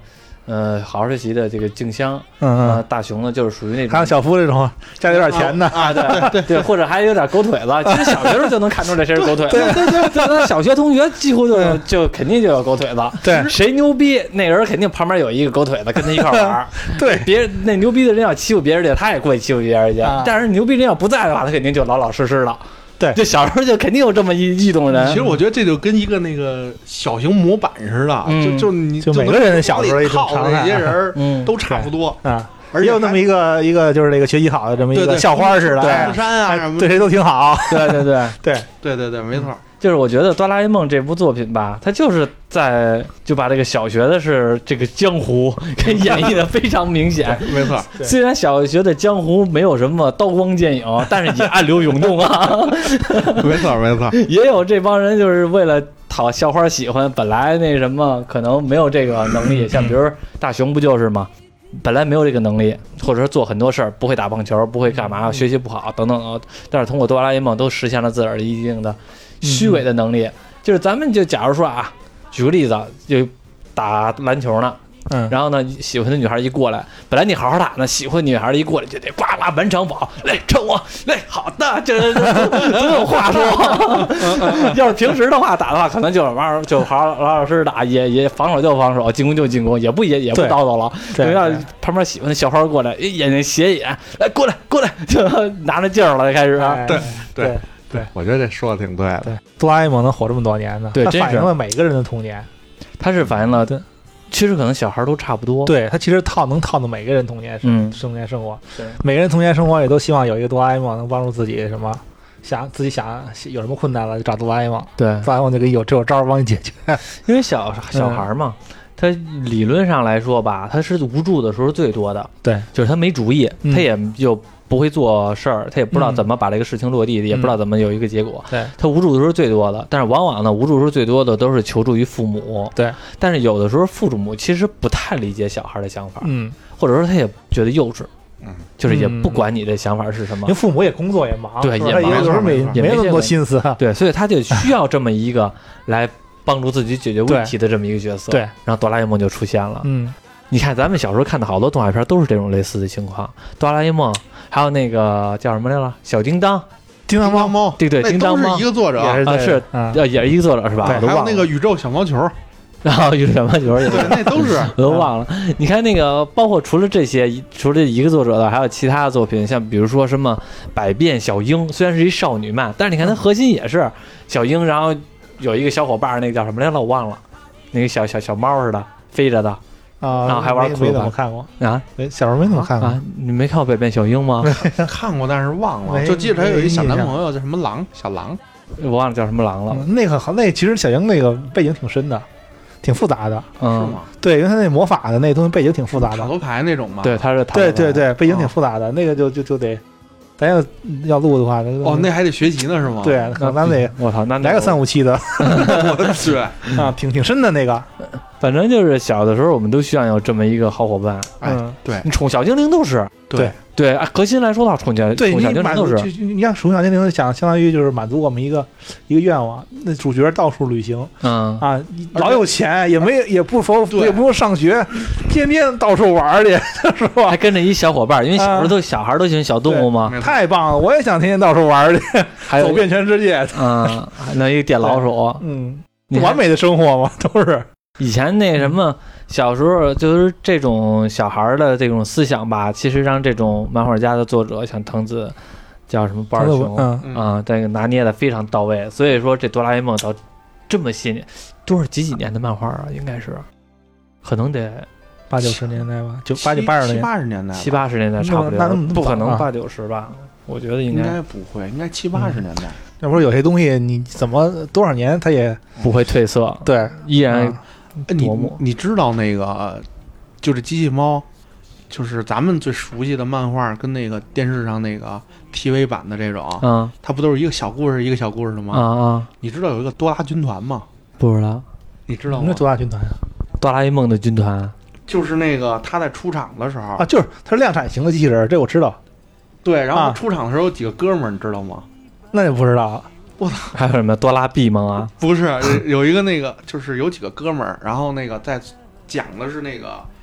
呃，好好学习的这个静香， 嗯呃， 嗯， 大雄呢就是属于那种还有小夫这种家里有点钱的， 啊，对对对，或者还有点狗腿子，其实小学时候就能看出来谁是狗腿子，对对对，那小学同学几乎就有就肯定就有狗腿子， 对， 谁牛逼，那人肯定旁边有一个狗腿子跟他一块玩儿， 对， 别人那牛逼的人要欺负别人去，他也过去欺负别人去， 啊但是牛逼人要不在的话，他肯定就老老实实的。 对， 就小时候就肯定有这么一异动人。 其实我觉得这就跟一个那个小型模板似的， 嗯就就你就每个人小时候一种靠的常态这些人嗯都差不多， 啊。 而且也有那么一个一个就是那个学习好的这么一个对对校花似的， 对哎山啊什么， 对谁都挺好， 对对对对， 对对对，没错。 就是我觉得《哆啦 A 梦》这部作品吧，它就是在就把这个小学的是这个江湖给演绎的非常明显。 没错， 对虽然小学的江湖没有什么刀光剑影，但是也暗流涌动啊。 没错，没错。 也有这帮人就是为了讨校花喜欢，本来那什么可能没有这个能力，像比如大雄不就是吗？本来没有这个能力，或者说做很多事儿不会打棒球，不会干嘛，学习不好等等等，但是通过哆啦 A 梦都实现了自个儿一定的虚伪的能力。就是咱们就假如说啊，举个例子，就打篮球呢。 嗯， 然后呢，喜欢的女孩一过来，本来你好好打呢，喜欢女孩一过来就得呱呱满场跑，来冲我，来好的，这总有话说。要是平时的话打的话，可能就是玩就好好老老实实打，也也防守就防守，进攻就进攻，也不也也不叨叨了。 对， 要旁边喜欢的校花过来，眼睛斜眼，来过来过来，就拿着劲儿了，就开始。 对对对，我觉得这说的挺对的。 对，哆啦 A 梦能火这么多年呢， 对， 它反映真是了每个人的童年。 它是反映了，其实可能小孩都差不多。 对，它其实套能套到每个人童年嗯生童年生活， 对， 每个人童年生活也都希望有一个哆啦 A 梦能帮助自己什么，想自己想有什么困难了就找哆啦 A 梦， 对， 哆啦 A 梦就给你有这有招儿帮你解决。 因为小小孩嘛。他理论上来说吧，他是无助的时候最多的， 对， 就是他没主意， 嗯他也就不会做事儿，他也不知道怎么把这个事情落地， 嗯也不知道怎么有一个结果。 对， 他无助的时候最多的，但是往往呢，无助的时候最多的都是求助于父母。 对， 但是有的时候父母其实不太理解小孩的想法， 嗯， 或者说他也觉得幼稚， 嗯， 就是也不管你的想法是什么因为。父母也工作也忙， 对是吧也忙有时候没也没那么多心思啊。 对，所以他就需要这么一个来帮助自己解决问题的这么一个角色。 对， 然后哆啦 A 梦就出现了。 嗯， 你看，咱们小时候看的好多动画片都是这种类似的情况，哆啦 A 梦，还有那个叫什么来了，小叮当， 叮当猫猫， 对对， 那叮当猫都是一个作者， 也是啊是啊， 呃也是一个作者是吧？ 对我都忘了还有那个宇宙小毛球， 然后有什么球也对，那都是。 我都忘了。你看那个，包括除了这些，除了这一个作者的，还有其他的作品，像比如说什么《百变小樱》，虽然是一少女漫，但是你看它核心也是小樱，然后有一个小伙伴，那个叫什么来了，我忘了，那个小小小猫似的飞着的啊， 然后还玩没没怎骷髅版么看过， 啊没小时候没怎么看过。 啊！你没看过《百变小樱》吗？ 看过，但是忘了， 没就记得他有一小男没印象朋友叫什么狼，小狼。 我忘了叫什么狼了。 嗯那个好，那其实小樱那个背景挺深的，挺复杂的。 是嗯， 吗？ 对，因为他那魔法的那东西背景挺复杂的。 塔罗牌那种吗？ 对，他是塔罗牌对对对，背景挺复杂的，那个就就就得，咱要要录的话， 哦，那还得学习呢，是吗？ 对，可能咱得我操，那来个三五期的我去， 啊，挺挺深的那个。 反正就是小的时候，我们都希望有这么一个好伙伴。 哎嗯， 对你宠小精灵都是对对，按核心来说的话，宠小对宠小精灵都， 你满足， 是就你像宠小精灵，想相当于就是满足我们一个一个愿望。那主角到处旅行嗯啊，老有钱，也没也不否对也不用上学，天天到处玩儿去，是吧还？跟着一小伙伴，因为小时候都小孩都喜欢小动物嘛， 没错太棒了！我也想天天到处玩儿去， 还有走遍全世界。 嗯，还能一个电老鼠。 嗯， 你看完美的生活嘛，都是。 以前那什么，小时候就是这种小孩的这种思想吧，其实让这种漫画家的作者像藤子，叫什么不二雄嗯， 嗯啊，这个拿捏的非常到位。所以说这哆啦 A 梦到这么些年，多少几几年的漫画啊？应该是，可能得八九十年代吧，九八九八十七年。 八十年代吧， 七八十年代差不多那那那么， 不可早啊能八九十吧？我觉得应应该该不会，应该七八十年代。 要不是有些东西，你怎么多少年它也不会褪色， 对， 依然啊哎你琢磨你知道那个，就是机器猫，就是咱们最熟悉的漫画，跟那个电视上那个 T V 版的这种， 啊它不都是一个小故事一个小故事的啊吗？ 啊， 你知道有一个多拉军团吗？ 不知道你知道吗那？多大军团呀？ 哆啦 A 梦的军团就是那个他在出场的时候啊，就是它是量产型的机器人，这我知道， 对，然后啊出场的时候有几个哥们儿，你知道吗？ 那就不知道了。 还有什么哆啦 B 梦啊？ 不是，有有一个那个，就是有几个哥们儿，然后那个在讲的是那个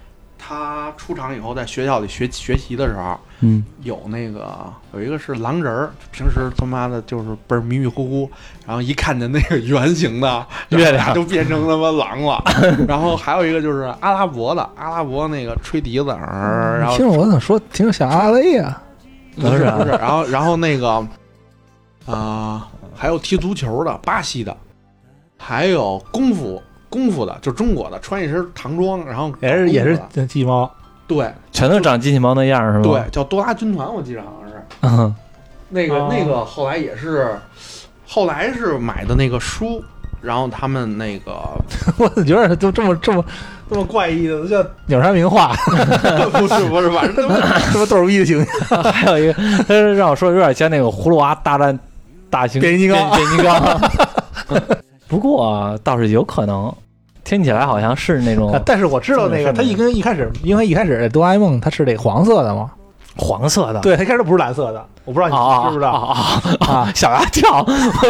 他出场以后在学校里学学习的时候， 嗯， 有那个有一个是狼人儿，平时他妈的就是倍儿迷迷糊糊，然后一看见那个圆形的月亮就变成他妈狼了。然后还有一个就是阿拉伯的，阿拉伯那个吹笛子，呃、然后听我怎么说，听着像阿雷呀？ 不是不是，然后然后那个啊、呃，还有踢足球的，巴西的，还有功夫。功夫的，就中国的，穿一身唐装，然后也是也是机器猫， 对， 全都长机器猫那样是吧？ 对，叫多拉军团，我记得好像是。 嗯， 那个、 哦、 那个后来也是，后来是买的那个书，然后他们那个， 我觉得就这么这么这么怪异的，叫鸟山明画， 不是不是，反正这么逗逼的形象。 还有一个，他让我说有点像那个葫芦娃大战大型变形金刚， 变形金刚。不过、啊、倒是有可能。听起来好像是那种， 但是我知道那个，他一跟一开始，因为一开始哆啦 A 梦它是这个黄色的嘛， 黄色的， 对，它一开始不是蓝色的，我不知道你知不知道啊啊啊！小鸭跳，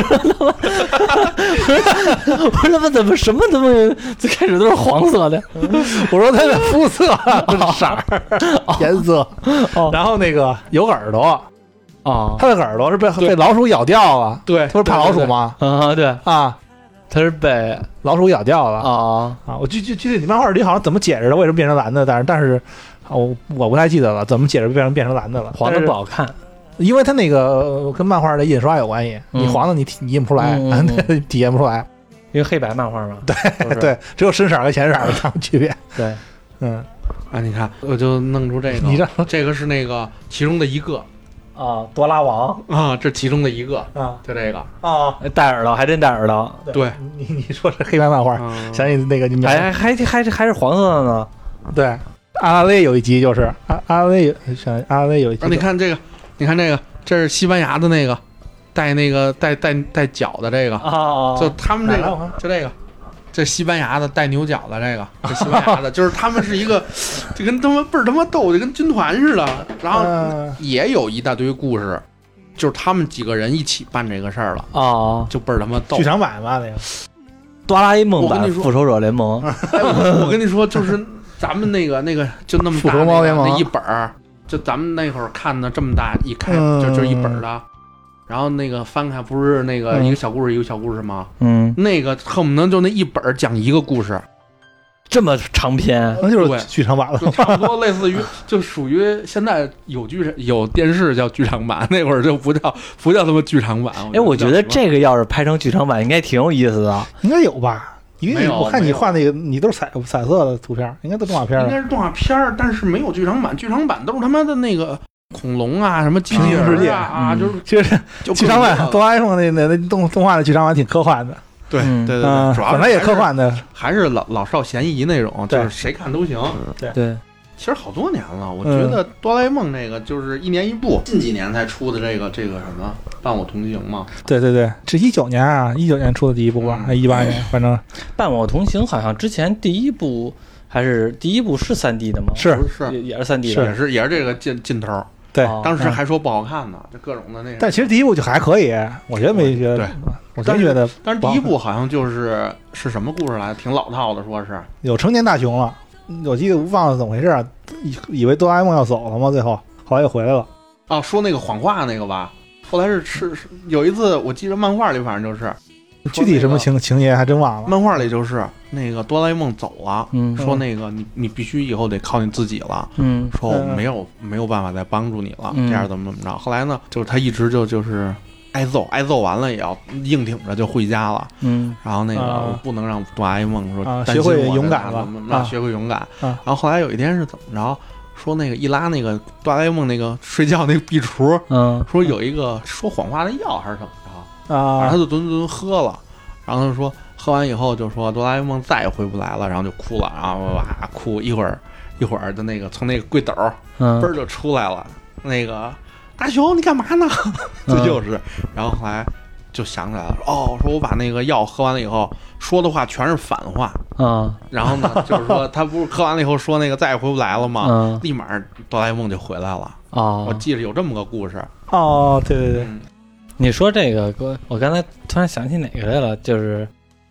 我说他们怎么什么怎么最开始都是黄色的？ 我说它的肤色、色儿、颜色，然后那个有耳朵啊， 它的耳朵是被被老鼠咬掉了， 对， 它不是怕老鼠吗？ 啊，对啊。 它是被老鼠咬掉了啊啊！我记记记得你漫画里好像怎么解释的？为什么变成蓝的？但是但是，我我不太记得了，怎么解释变成变成蓝的了？ 黄的不好看， 因为它那个跟漫画的印刷有关系。嗯、你黄的你你印不出来， 嗯嗯、体验不出来， 因为黑白漫画嘛。 对对，只有深色和浅色的它们区别。 对， 嗯， 啊，你看，我就弄出这个， 你这这个是那个其中的一个。 啊，多拉王啊，这其中的一个啊， 就这个啊， 戴耳朵还真戴耳朵。 对， 你你说这黑白漫画， 嗯、 想起那个你还还还还是黄色的呢。 对，阿拉蕾有一集就是阿阿拉蕾，想阿拉蕾有一集、 啊，你看这个，你看这个，这是西班牙的那个带那个带带带脚的这个啊， 就他们这个就这个。这西班牙的带牛角的这个，这西班牙的，就是他们是一个，就跟他们倍儿他妈逗，就跟军团似的。然后也有一大堆故事，就是他们几个人一起办这个事儿了啊， 就倍儿他妈逗。 剧场版嘛那个， 哆啦 A 梦版复仇者联盟。 哎、我, 我跟你说，就是咱们那个那个就那么大那个那一本儿，就咱们那会儿看的这么大一开， 嗯、 就就一本的。然后那个翻开不是那个一个小故事、嗯、一个小故事吗？ 嗯， 那个恨不能就那一本讲一个故事， 这么长篇， 那就是剧场版了， 就差不多类似于就属于现在有剧有电视叫剧场版，那会儿就不叫不叫他妈剧场版。 哎，我觉得这个要是拍成剧场版，应该挺有意思的。 应该有吧？因为我看你画那个，你都是彩彩色的图片，应该都动画片。 应该是动画片，但是没有剧场版，剧场版都是他妈的那个。恐龙啊，什么平行世界啊，就是其实剧场版哆啦 A 梦那那那动动画的剧场版挺科幻的， 对对对对，主要本来也科幻的， 还是老老少咸宜那种，就是谁看都行。 对对， 其实好多年了，我觉得哆啦 A 梦那个就是一年一部，近几年才出的这个这个什么伴我同行嘛。 对对对，是一九年啊，一九年出的第一部吧，还一八年，反正伴我同行好像之前第一部还是第一部是三 D 的吗？ 是是也也是三 D 的， 也是也是这个镜镜头。 对， 当时还说不好看呢，这各种的那个。 但其实第一部就还可以，我觉得没觉得。 对， 我真觉得。 但是第一部好像就是是什么故事来的，挺老套的，说是有成年大雄了。我记得忘了怎么回事啊，以以为哆啦 A 梦要走了吗？最后后来又回来了。 啊，说那个谎话那个吧。后来是是是有一次，我记得漫画里反正就是。 具体什么情情节还真忘了。 漫画里就是那个哆啦 A 梦走了， 嗯， 说那个你你必须以后得靠你自己了， 嗯， 说我没有没有办法再帮助你了， 嗯、 这样怎么怎么着。后来呢，就是他一直就就是挨揍，挨揍完了也要硬挺着就回家了， 嗯， 然后那个、 啊、 我不能让哆啦 A 梦说、 啊、学会勇敢了， 啊，学会勇敢。 啊、 然后后来有一天是怎么着？说那个一拉那个哆啦 A 梦那个睡觉那个壁橱， 嗯， 说有一个说谎话的药还是怎么着啊？ 然后他就顿顿喝了。然后他就说，喝完以后就说哆啦 A 梦再也回不来了，然后就哭了，然后哇哭一会儿一会儿的那个从那个柜斗嗯嘣儿就出来了，那个大雄你干嘛呢？这就是，然后后来就想起来了，哦，说我把那个药喝完了以后说的话全是反话啊， 然后呢就是说他不是喝完了以后说那个再也回不来了吗？ 嗯， 立马哆啦 A 梦就回来了啊， 我记得有这么个故事。 哦，对对对。 嗯，你说这个，哥，我刚才突然想起哪个来了，就是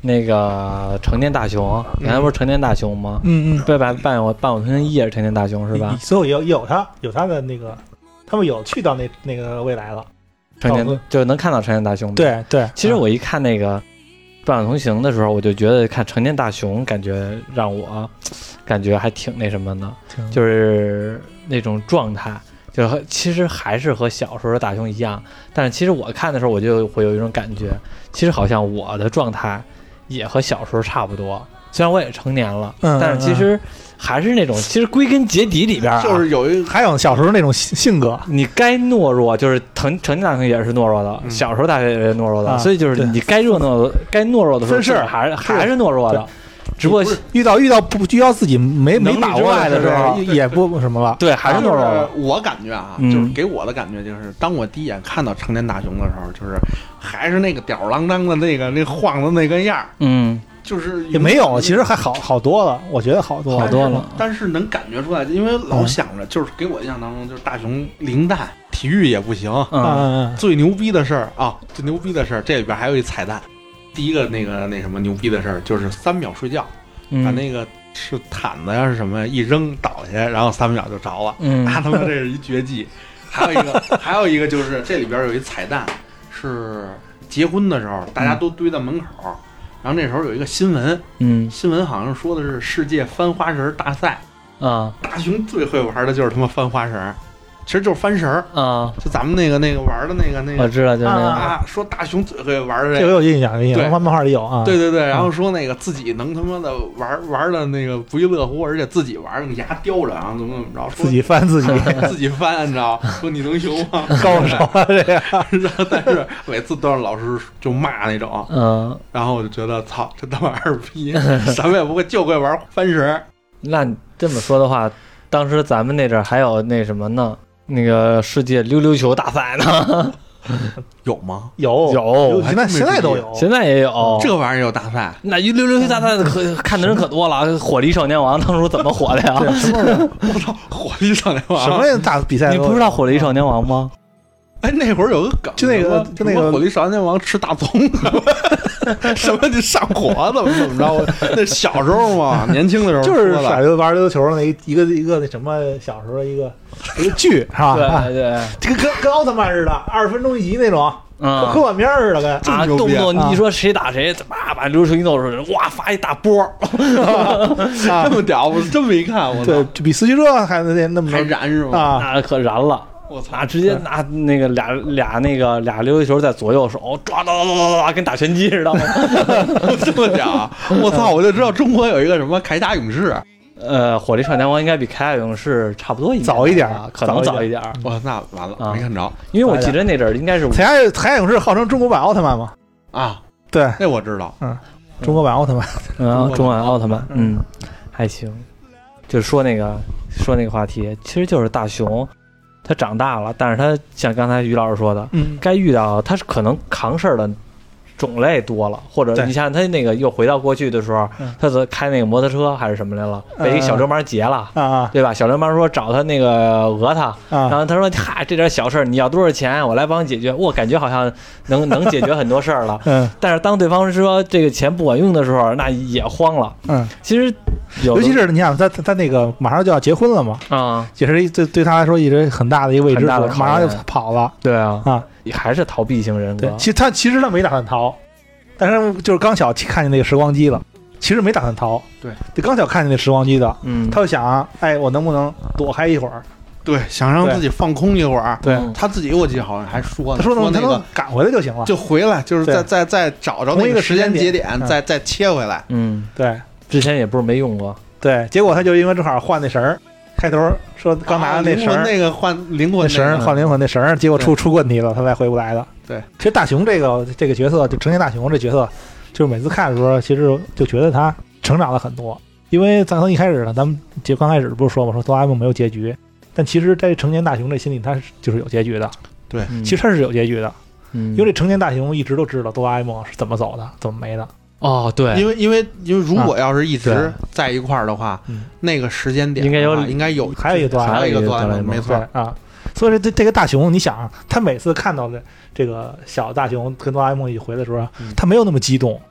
那个成年大雄，原来不是成年大雄吗？ 嗯嗯， 对吧？扮演我扮我同学一也是成年大雄是吧？ 最后有有他有他的那个，他们有去到那那个未来了， 成年就能看到成年大雄。 对对， 其实我一看那个《伴我同行》的时候，我就觉得看成年大雄，感觉让我感觉还挺那什么的，就是那种状态。就和其实还是和小时候的大雄一样，但是其实我看的时候，我就会有一种感觉，其实好像我的状态也和小时候差不多。虽然我也成年了， 嗯、 但是其实还是那种，其实归根结底里边、啊、 就是有一还有小时候那种性格， 你该懦弱，就是成成年大雄也是懦弱的，嗯、小时候大学也是懦弱的， 啊、 所以就是你该弱懦该懦弱的时候， 是还是还是懦弱的。只不过遇到遇到不遇到自己没没把握的时候，也不什么了。 对，还是懦弱了。 我感觉啊， 嗯、 就是给我的感觉就是，当我第一眼看到成年大雄的时候，就是还是那个吊儿郎当的那个那晃的那个样儿。 嗯， 就是也没有，其实还好好多了，我觉得好多好多了。 但是能感觉出来，因为老想着，就是给我印象当中，就是大雄零蛋，体育也不行。 嗯嗯。 最牛逼的事儿啊，最牛逼的事儿，这里边还有一彩蛋。第一个那个那什么牛逼的事儿，就是三秒睡觉， 嗯、 把那个是毯子呀是什么一扔倒下，然后三秒就着了。 嗯， 那他妈这是一绝技。还有一个，还有一个就是这里边有一彩蛋，是结婚的时候大家都堆在门口，嗯、然后那时候有一个新闻， 嗯， 新闻好像说的是世界翻花绳大赛啊， 大雄最会玩的就是他妈翻花绳。其实就是翻绳啊， 就咱们那个那个玩的那个那个， 我知道，就是那个啊，说大雄最会玩的这个有印象，有印象，漫画里有啊。 对对对，然后说那个自己能他妈的玩玩的那个不亦乐乎，而且自己玩用牙叼着，然后怎么怎么着， 自己翻自己， 自己翻，你知道？说你能行吗？ 高手啊这样。 然后但是每次都让老师就骂那种， 嗯， 然后我就觉得操，这他妈二逼，什么也不会，就会玩翻绳。 那你这么说的话，当时咱们那阵还有那什么呢？那个世界溜溜球大赛呢？ 有吗？ 有有， 现在现在都有， 现在也有这玩意儿有大赛。 那溜溜球大赛可看的人可多了。火力少年王当初怎么火的呀？ 我操，火力少年王什么大比赛？ 你不知道火力少年王吗？ 哎，那会儿有个梗， 就那个就那个火力少年王吃大葱，什么就上火怎么怎么着？那小时候嘛，年轻的时候就是耍溜玩溜球那一个一个那什么小时候一个一个剧是吧？ 对对， 这个跟跟奥特曼似的，二十分钟一集那种， 嗯， 科幻片似的，跟啊，动不动你一说谁打谁，叭把溜球一弄出来，哇发一大波， 这么屌，我真没看，我对，就比四驱车还那那么还燃是吗？ 啊， 那可燃了。我操！直接拿那个俩俩那个俩溜球在左右手抓哒哒哒哒哒，跟打拳击似的。 这么屌！我操！我就知道中国有一个什么铠甲勇士。 呃，火力少年王应该比铠甲勇士差不多一点， 早一点， 可能早一点。 哇，那完了，没看着。 因为我记得那阵儿应该是铠甲铠甲勇士号称中国版奥特曼嘛。 啊， 对， 那我知道。 嗯，中国版奥特曼。 嗯，中国版奥特曼，嗯，还行。就是说那个说那个话题，其实就是大雄。他长大了，但是他像刚才于老师说的， 嗯， 该遇到他是可能扛事儿的种类多了，或者你像他那个又回到过去的时候， 嗯、 他是开那个摩托车还是什么来了，被一个小流氓劫了， 啊、 对吧？小流氓说找他那个讹他， 啊、 然后他说：“嗨，这点小事你要多少钱，我来帮你解决。”我感觉好像能能解决很多事儿了。 嗯， 但是当对方说这个钱不管用的时候，那也慌了。 嗯， 其实尤其是你想他他那个马上就要结婚了嘛， 啊、嗯， 也是对对他来说一直很大的一个未知数，马上就跑了。 对啊， 啊， 还是逃避型人格。 其实他其实他没打算逃。但是就是刚巧看见那个时光机了，其实没打算逃。 对， 就刚巧看见那时光机的， 嗯， 他就想，哎，我能不能躲开一会儿？ 对，想让自己放空一会儿。 对， 他自己我记得好像还说， 他说能他能赶回来就行了， 就回来，就是再再再找着那个时间节点，再再切回来。 嗯， 对， 之前也不是没用过。 对，结果他就因为正好换那绳儿，开头说刚拿的那绳儿， 那个换灵魂绳儿换灵魂那绳儿，结果出出问题了，他才回不来的。 对， 其实大雄这个这个角色，就成年大雄这角色。就是每次看的时候，其实就觉得他成长了很多。因为咱从一开始呢，咱们就刚开始不是说嘛，说哆啦 A 梦没有结局，但其实在成年大雄这心里，他是就是有结局的。 对， 其实他是有结局的。 嗯， 因为这成年大雄一直都知道哆啦 A 梦是怎么走的，怎么没的。 哦，对， 因为因为因为如果要是一直在一块儿的话， 啊、 那个时间点应该有应该有还有一个哆啦 A 梦， 还有一个哆啦 A 梦，没错啊。所以这这个大雄，你想，他每次看到的这个小大雄跟哆啦 A 梦一回的时候， 嗯、 他没有那么激动。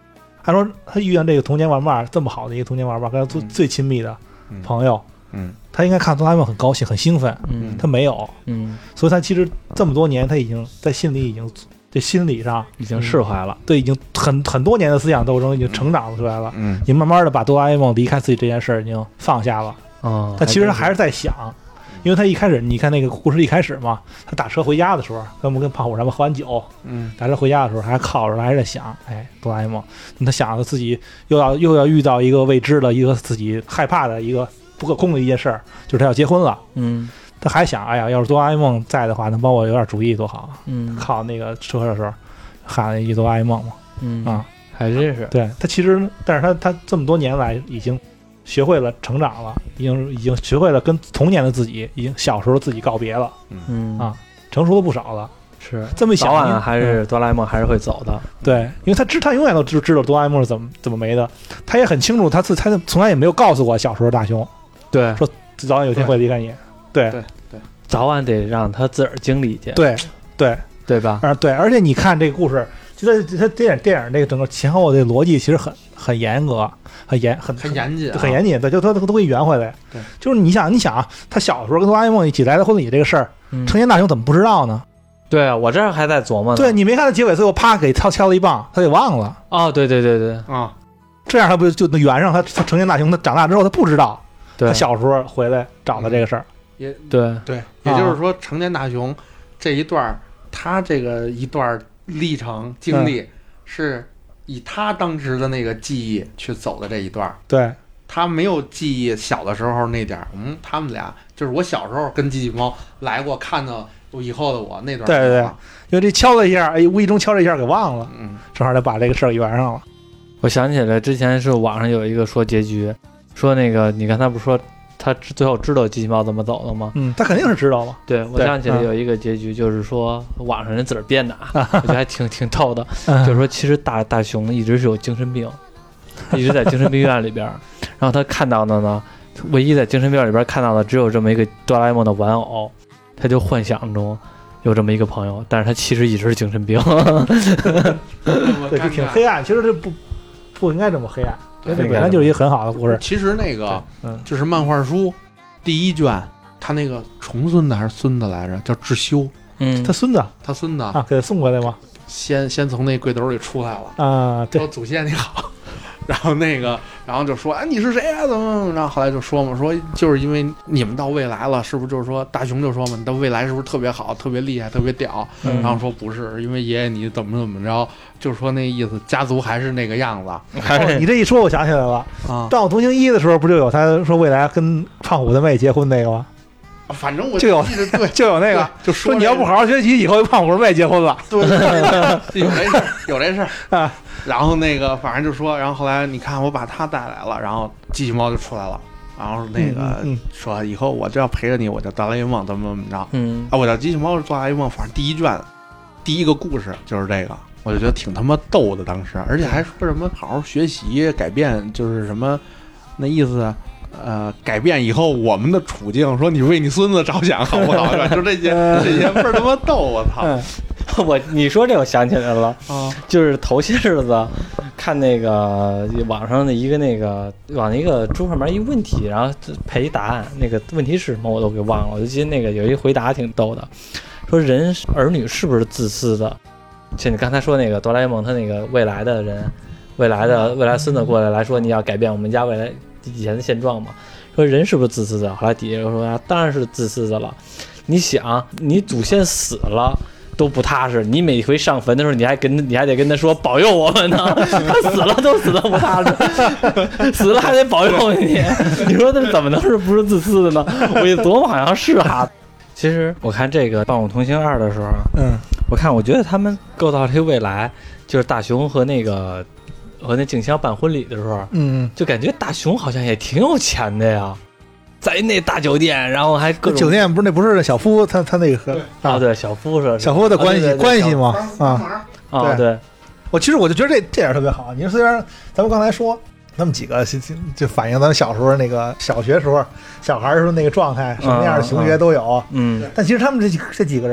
按说他遇见这个童年玩伴这么好的一个童年玩伴，跟他最、 嗯、 最亲密的朋友， 嗯， 他应该看哆啦 A 梦很高兴很兴奋， 嗯， 他没有， 嗯， 所以他其实这么多年他已经在心里已经这心理上已经释怀了， 对，已经很很多年的思想斗争已经成长出来了， 嗯， 已经慢慢的把哆啦 A 梦离开自己这件事儿已经放下了， 哦， 他其实还是在想。因为他一开始，你看那个故事一开始嘛，他打车回家的时候，跟我们跟胖虎他们喝完酒， 嗯， 打车回家的时候还靠着，还是在想，哎，哆啦 A 梦，他想着自己又要又要遇到一个未知的一个自己害怕的一个不可控的一件事儿，就是他要结婚了， 嗯， 他还想，哎呀，要是哆啦 A 梦在的话，能帮我有点主意多好， 嗯， 靠那个车的时候喊了一句哆啦 A 梦嘛， 嗯啊， 还真是， 对他其实，但是他他这么多年来已经。学会了成长了，已经已经学会了跟童年的自己，已经小时候自己告别了， 嗯啊，成熟了不少了。 是这么一想， 早晚还是哆啦 A 梦还是会走的。 对，因为他知他永远都知知道哆啦 A 梦是怎么怎么没的，他也很清楚，他自他从来也没有告诉过小时候大雄， 对， 说早晚有一天会离开你，对对对， 早晚得让他自个儿经历去， 对对对吧？ 啊对，而且你看这个故事，就在他电影电影这个整个前后的逻辑其实很很严格。很严很很严谨、啊， 很严谨，对，就他都给你圆回来。 对， 就是你想，你想啊，他小时候跟哆啦 A 梦一起来的婚礼这个事儿， 嗯、 成年大雄怎么不知道呢？ 对啊，我这儿还在琢磨呢。 对，你没看他结尾最后啪给敲敲了一棒，他给忘了。 哦，对对对对啊， 这样他不就能圆上他他成年大雄他长大之后他不知道，他小时候回来找的这个事儿。 也对对，也就是说，成年大雄这一段他这个一段历程经历是。以他当时的那个记忆去走的这一段， 对， 他没有记忆小的时候那点儿，嗯，他们俩就是我小时候跟机器猫来过，看到以后的我那段， 对对对，因为这敲了一下，哎，无意中敲了一下给忘了， 嗯， 正好就把这个事儿圆上了。 我想起来之前是网上有一个说结局，说那个你刚才不是说他最后知道机器猫怎么走的吗？ 嗯，他肯定是知道了。 对，我想起来有一个结局，就是说网上人自个儿编的，啊、我觉得还挺挺逗的。就是说，其实大大雄一直是有精神病，一直在精神病院里边。然后他看到的呢，唯一在精神病院里边看到的只有这么一个哆啦 A 梦的玩偶，他就幻想中有这么一个朋友，但是他其实一直是精神病。 对，就挺黑暗。其实这不不应该这么黑暗。这本来就是一个很好的故事。 其实那个，嗯，就是漫画书第一卷，他那个重孙子还是孙子来着，叫智修。 嗯， 他孙子， 他孙子啊，给他送过来吗？ 先先从那柜兜里出来了啊，对， 说祖先你好。然后那个，然后就说，哎，你是谁啊？怎么？然后后来就说嘛，说就是因为你们到未来了，是不是就是说大雄就说嘛，你到未来是不是特别好、特别厉害、特别屌？ 嗯、 然后说不是，因为爷爷你怎么怎么着，就是说那意思，家族还是那个样子。 哦、你这一说，我想起来了，啊，《盗梦同行一》的时候不就有他说未来跟胖虎他妹结婚那个吗？ 反正我就有对， 就有那个， 就说你要不好好学习，以后跟胖虎妹结婚了。 对，有这事儿，有这事儿啊。然后那个，反正就说，然后后来你看我把他带来了，然后机器猫就出来了，然后那个、 嗯嗯、 说以后我就要陪着你，我叫哆啦 A 梦，怎么怎么着， 嗯啊，我叫机器猫是哆啦 A 梦，反正第一卷第一个故事就是这个，我就觉得挺他妈逗的，当时，而且还说什么好好学习，改变，就是什么那意思。呃，改变以后我们的处境，说你为你孙子着想好不好？就这些这些倍儿他妈逗，我操！ 我你说这我想起来了啊， 就是头些日子看那个网上的一个那个往一个书上面一个问题，然后配一答案，那个问题是什么我都给忘了，我就记得那个有一回答挺逗的，说人儿女是不是自私的？像你刚才说那个哆啦 A 梦，他那个未来的人，未来的未来孙子过来来说你要改变我们家未来。以前的现状嘛，说人是不是自私的？后来底下说啊，当然是自私的了。你想，你祖先死了都不踏实，你每回上坟的时候，你还跟你还得跟他说保佑我们呢。他死了都死得不踏实，死了还得保佑你。你说这怎么能是不是自私的呢？我一琢磨，好像是哈。其实我看这个《伴我同行二》的时候， 嗯， 我看我觉得他们构造这个未来，就是大雄和那个。和那静香办婚礼的时候， 嗯， 就感觉大雄好像也挺有钱的呀，在那大酒店，然后还各种酒店不是那不是小夫他他那个啊，对小夫是小夫的关系、啊、关系嘛啊啊对， 我其实我就觉得这这点特别好。你说虽然咱们刚才说他们几个就反映咱们小时候那个小学时候小孩时候那个状态，什么样的情节都有， 嗯， 但其实他们这几这几个人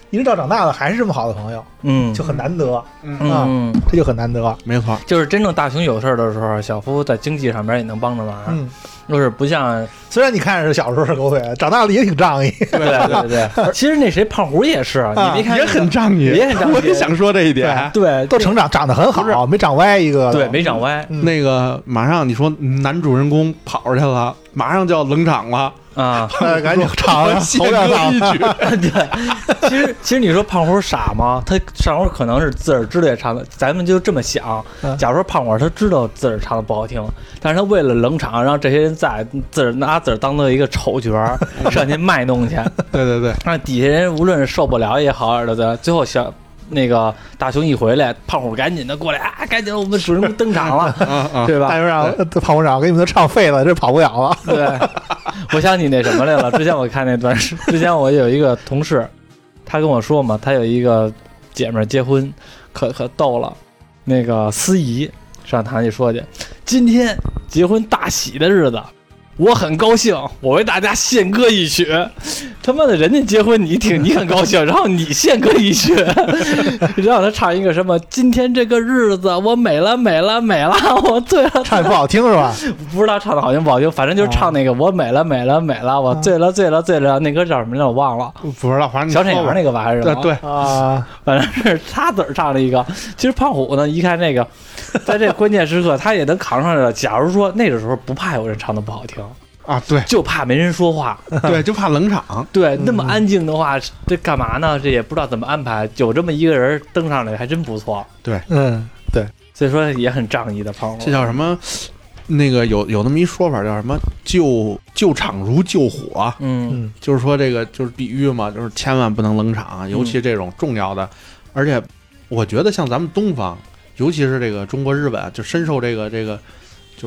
一直到长大了还是这么好的朋友， 嗯， 就很难得， 嗯， 啊嗯， 这就很难得。 没错， 就是真正大雄有事儿的时候，小夫在经济上边也能帮着忙， 嗯， 就是不像虽然你看着小时候是狗腿，长大了也挺仗义。 对对对对，其实那谁胖虎也是，你没看也很仗义， 也很仗义， 我也想说这一点， 对， 都成长长得很好，没长歪一个， 对，没长歪。 嗯那个马上你说男主人公跑出去了，马上就要冷场了。 啊， 赶紧唱献头两歌一场。 曲， 对，其实其实你说胖虎傻吗？他上回可能是自个儿知道也唱的，咱们就这么想。假如说胖虎他知道自个儿唱的不好听，但是他为了冷场，让这些人在自个儿拿自个儿当做一个丑角儿上去卖弄去。 对对对， 让底下人无论是受不了也好的的，最后小那个大雄一回来，胖虎赶紧的过来啊，赶紧我们主人公登场了， 啊啊， 对吧？ 大队长、胖部长给你们都唱废了，这跑不了了。 对，我想起那什么来了。之前我看那段时，之前我有一个同事，他跟我说嘛，他有一个姐们儿结婚，可可逗了。那个司仪上堂去说去，今天结婚大喜的日子。我很高兴，我为大家献歌一曲。他妈的，人家结婚你听，你很高兴，然后你献歌一曲，让他唱一个什么？今天这个日子，我美了，美了，美了，我醉了。 唱的不好听是吧？ 不知道唱的好听不好听，反正就是唱那个、啊、我美了，美了，美了，我醉了，醉了，醉了。那歌叫什么来我忘了， 不知道，反正小沈阳那个吧还是什么？ 对啊， 反正是他自个儿唱了一个。其实胖虎呢，一看那个，在这关键时刻他也能扛上来了。假如说那个时候不怕有人唱的不好听。 啊，对， 就怕没人说话， 对，就怕冷场。 对，那么安静的话，这干嘛呢？这也不知道怎么安排。有这么一个人登上来，还真不错。 对， 嗯，对， 所以说也很仗义的胖虎。 这叫什么？那个有有那么一说法，叫什么“救救场如救火”。 嗯， 就是说这个就是比喻嘛，就是千万不能冷场，尤其这种重要的。嗯、而且我觉得像咱们东方，尤其是这个中国、日本，就深受这个这个就是。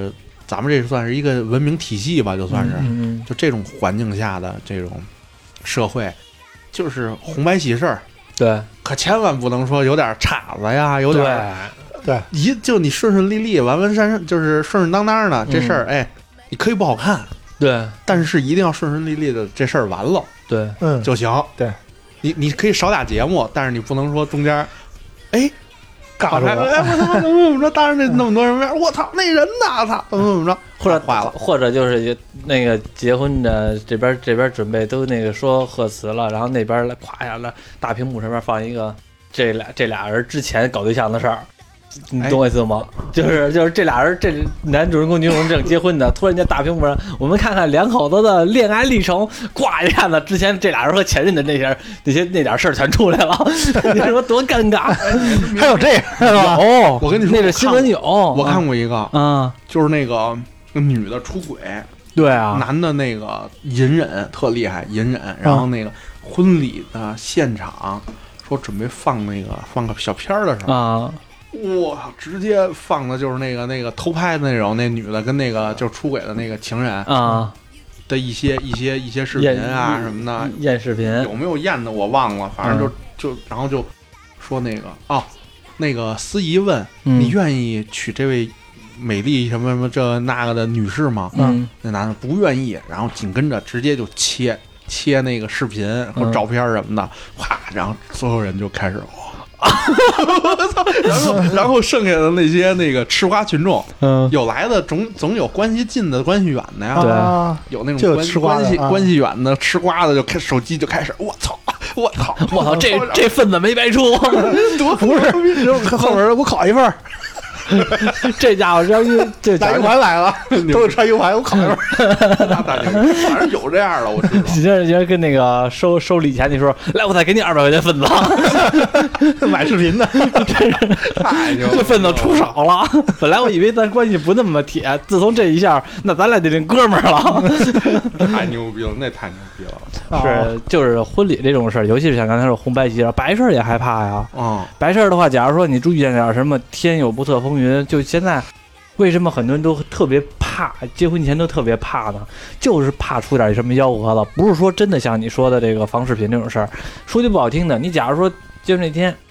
咱们这算是一个文明体系吧，就算是， 嗯嗯、 就这种环境下的这种社会，就是红白喜事儿， 对， 可千万不能说有点岔子呀，有点对， 一就你顺顺利利、完完善善，就是顺顺当当的、嗯、这事儿，哎，你可以不好看， 对， 但是一定要顺顺利利的，这事儿完了， 对， 嗯， 就行， 对， 你你可以少俩节目，但是你不能说中间，哎。 尬住了！ 哎，我操，怎么怎么着？当着那那么多人面，我操，那人呢？操，怎么怎么着？ 或者坏了， 或者就是那个结婚的这边这边准备都那个说贺词了，然后那边来咵下来大屏幕上面放一个这俩这俩人之前搞对象的事儿。你懂我意思吗？哎、就是就是这俩人，这男主人公女主人公正结婚的，突然间大屏幕上，我们看看两口子的恋爱历程，呱一下子，之前这俩人和前任的那些那些那点事儿全出来了，你说多尴尬？ 还有这样是吧？ 哦，我跟你说， 那个新闻有， 我看过一个， 啊， 就是那个女的出轨， 对啊， 男的那个隐忍特厉害，隐忍，然后那个婚礼的现场说准备放那个放个小片儿的时候啊。 哇！直接放的就是那个那个偷拍的那种，那女的跟那个就是出轨的那个情人啊的一些一些一些视频啊什么的， 验视频有没有验的我忘了，反正就、嗯、就然后就说那个哦，那个司仪问、嗯、你愿意娶这位美丽什么什么这那个的女士吗？ 嗯， 那男的不愿意，然后紧跟着直接就切切那个视频和照片什么的，哗、嗯，然后所有人就开始。我操！然后，然后剩下的那些那个吃瓜群众， 嗯， 有来的总总有关系近的，关系远的呀， 对， 有那种关系关系、啊、关系远的吃瓜的，就开手机就开始，我操，我操， 我操，这这份子没白出， 多不是，后边我烤一份。 这家伙这这大 U 盘来了，都是穿 U 盘，我烤一份。 反正有这样的，我知道。 你这人跟那个收收礼钱的时候，来，我再给你二百块钱份子， 买视频的， 太牛了！ 这份子出少了。本来我以为咱关系不那么铁，自从这一下，那咱俩得成哥们儿了。 太牛逼了，那太牛逼了。 是，就是婚礼这种事儿，尤其是像刚才说红白喜事，白事儿也害怕呀。 嗯， 白事儿的话，假如说你遇见点什么天有不测风云，就现在为什么很多人都特别怕结婚前都特别怕呢？就是怕出点什么幺蛾子，不是说真的像你说的这个放视频这种事儿。说句不好听的，你假如说就那天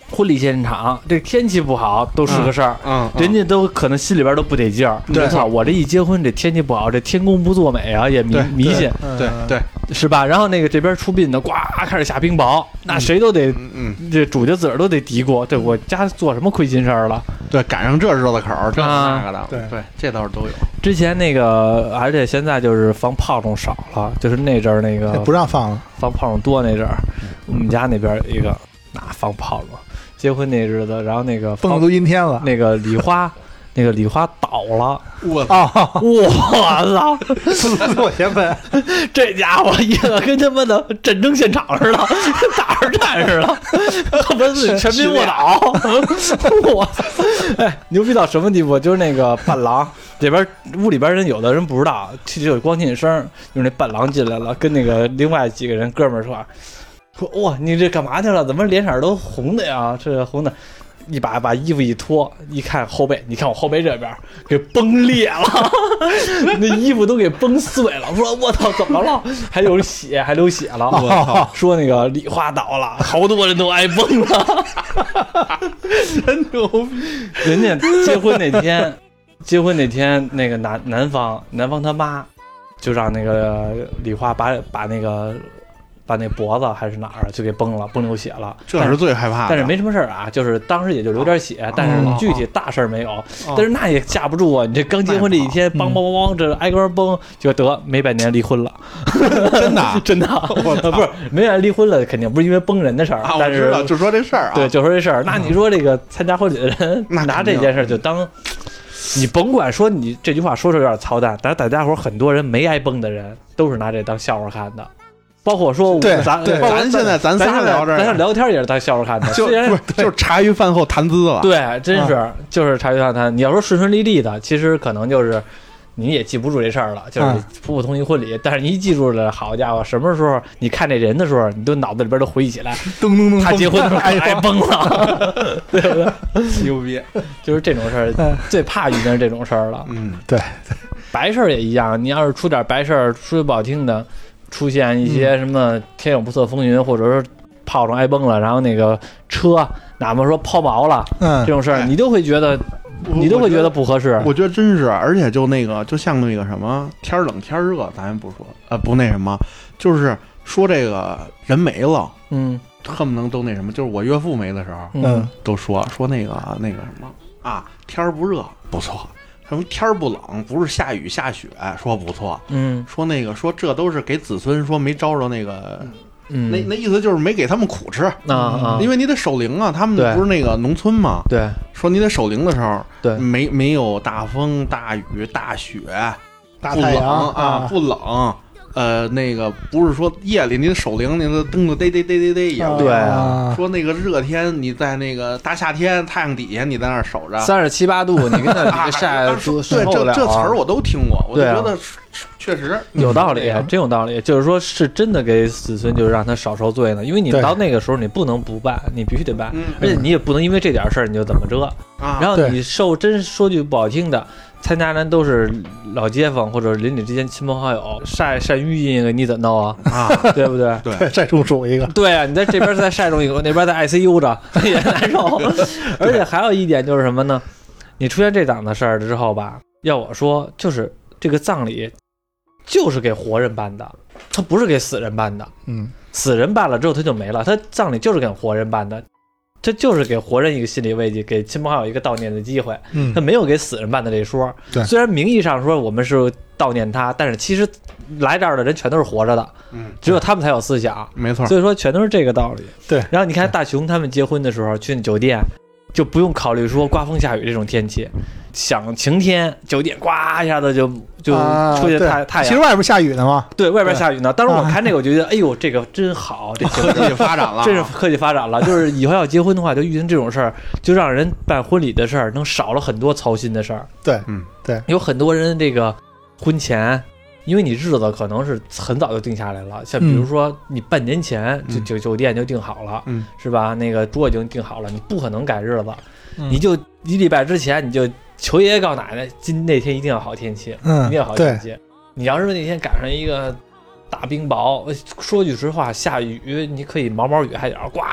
婚礼现场这天气不好都是个事儿， 嗯， 人家都可能心里边都不得劲儿。 对， 操，我这一结婚这天气不好，这天公不作美啊，也迷迷信， 对对， 是吧？然后那个这边出殡的，呱开始下冰雹，那谁都得， 嗯， 这主家自个儿都得嘀咕，对我家做什么亏心事儿了？ 对，赶上这日子口儿，这那个的， 对对，这倒是都有。 之前那个，而且现在就是放炮仗少了，就是那阵儿那个不让放了， 放炮仗多那阵儿，我们家那边有一个那放炮仗，结婚那日子，然后那个蹦的都阴天了， 那个礼花，那个礼花倒了， 我啊， 我操！ 我先问， 这家伙一个跟他妈的战争现场似的，跟打二战似的，恨不得自己全民卧倒。我操！哎，牛逼到什么地步？就是那个伴郎这边屋里边人，有的人不知道，就有光进声，就是那伴郎进来了，跟那个另外几个人哥们儿说。说哇，你这干嘛去了？怎么脸色都红的呀？这红的，一把把衣服一脱，一看后背，你看我后背这边给崩裂了，那衣服都给崩碎了。说我操，怎么了？还有血，还流血了。我操！说那个礼花倒了，好多人都挨崩了，真牛逼！人家结婚那天，结婚那天，那个男男方男方他妈就让那个礼花把把那个。把那脖子还是哪儿就给崩了，崩流血了， 这是最害怕的。 但是没什么事儿啊，就是当时也就流点血，但是具体大事儿没有。 哦、 但是那也架不住啊！你这刚结婚这一天，梆梆梆梆，这挨个崩，就得没百年离婚了。 真的真的，不是没百年离婚了，肯定不是因为崩人的事儿。 啊、 但是就说这事儿啊， 对，就说这事儿。那你说这个参加婚礼的人拿这件事就当。你甭管说你这句话说出有点操蛋，但是大家伙很多人没挨崩的人都是拿这当笑话看的。包括说我对咱对咱现在咱仨聊这儿， 咱聊天也是当笑话看的， 就不是就是茶余饭后谈资了。 对，真是、啊、就是茶余饭谈。你要说顺顺利利的，其实可能就是你也记不住这事儿了，就是普普通通一婚礼。嗯、但是你一记住了，好家伙，什么时候你看这人的时候，你都脑子里边都回忆起来， 咚咚咚， 他结婚的时候挨崩了，对不对？ 牛逼， 就是这种事儿，最怕遇见这种事儿了。 嗯，对， 白事儿也一样，你要是出点白事儿，说句不好听的。出现一些什么天有不测风云，或者说炮仗挨崩了，然后那个车哪怕说抛锚了，嗯，这种事儿你都会觉得，你都会觉得不合适。 我觉得真是，而且就那个，就像那个什么天冷天热，咱也不说，呃，不那什么，就是说这个人没了， 嗯， 恨不能都那什么。就是我岳父没的时候， 嗯， 都说说那个那个什么啊，天不热不错。什么天儿不冷，不是下雨下雪，说不错。 嗯， 说那个说这都是给子孙说没招着那个， 嗯， 那那意思就是没给他们苦吃啊啊， 因为你得守灵啊，他们不是那个农村嘛， 对， 说你得守灵的时候， 对， 没没有大风大雨大雪， 大太阳啊，不冷。呃，那个不是说夜里你的守灵，那个灯就嘚嘚嘚嘚嘚一样。 对啊， 说那个热天你在那个大夏天太阳底下你在那儿守着， 三十七八度，你跟那底下晒， 对，这这词儿我都听过，我就觉得确实有道理，真有道理。就是说是真的给子孙，就是让他少受罪呢，因为你到那个时候你不能不办，你必须得办，而且你也不能因为这点事儿你就怎么着。然后你受真说句不好听的。参加人都是老街坊或者邻里之间亲朋好友，晒晒淤一个你怎弄啊？啊，对不对？ 对， 晒中暑一个。 对啊，你在这边再晒中一个，那边在 I C U 着也难受。而且还有一点就是什么呢？你出现这档子事儿之后吧，要我说，就是这个葬礼就是给活人办的，他不是给死人办的。 嗯， 死人办了之后他就没了，他葬礼就是给活人办的。这就是给活人一个心理慰藉，给亲朋好友一个悼念的机会。嗯，他没有给死人办的这说。 对， 虽然名义上说我们是悼念他，但是其实来这儿的人全都是活着的。 嗯， 只有他们才有思想。 没错。 所以说全都是这个道理。 对。 然后你看大雄他们结婚的时候去酒店，就不用考虑说刮风下雨这种天气，想晴天，酒店呱一下子就就出现太太阳。 其实外边下雨呢嘛。 对，外边下雨呢。当时我看这个，我就觉得，哎呦，这个真好，这科技发展了， 真是科技发展了。就是以后要结婚的话，就遇见这种事儿，就让人办婚礼的事儿能少了很多操心的事儿。 对， 嗯， 对， 有很多人这个婚前。因为你日子可能是很早就定下来了，像比如说你半年前就酒酒店就订好了， 嗯， 是吧？那个桌已经订好了，你不可能改日子，嗯、你就一礼拜之前你就求爷爷告奶奶，今那天一定要好天气， 嗯， 一定要好天气。你要是那天赶上一个大冰雹，说句实话，下雨你可以毛毛雨还点儿，呱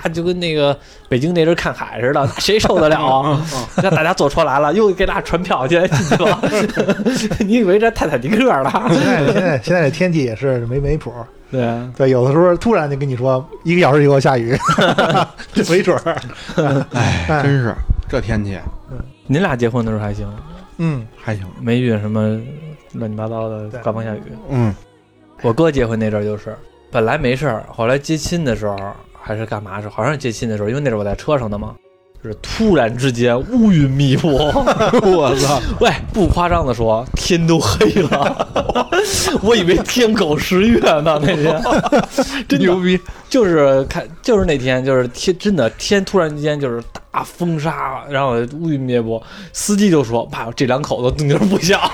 就跟那个北京那阵看海似的，谁受得了啊？让大家坐船来了，又给大家传票，现在进去了。你以为这泰坦尼克了？ 现在现在现在这天气也是没没谱。 对啊， 对，有的时候突然就跟你说一个小时以后下雨，这没准儿。 哎，真是这天气。 您俩结婚的时候还行， 嗯， 还行， 没遇见什么乱七八糟的刮风下雨。 嗯， 我哥结婚那阵儿就是，本来没事儿，后来接亲的时候还是干嘛是，好像是接亲的时候，因为那阵儿我在车上的嘛。就是突然之间乌云密布， 我操！ 喂，不夸张的说，天都黑了，我以为天狗食月呢那天，真牛逼！就是看，就是那天，就是天真的天突然之间就是大风沙，然后乌云密布，司机就说：“爸，这两口子动静不小。”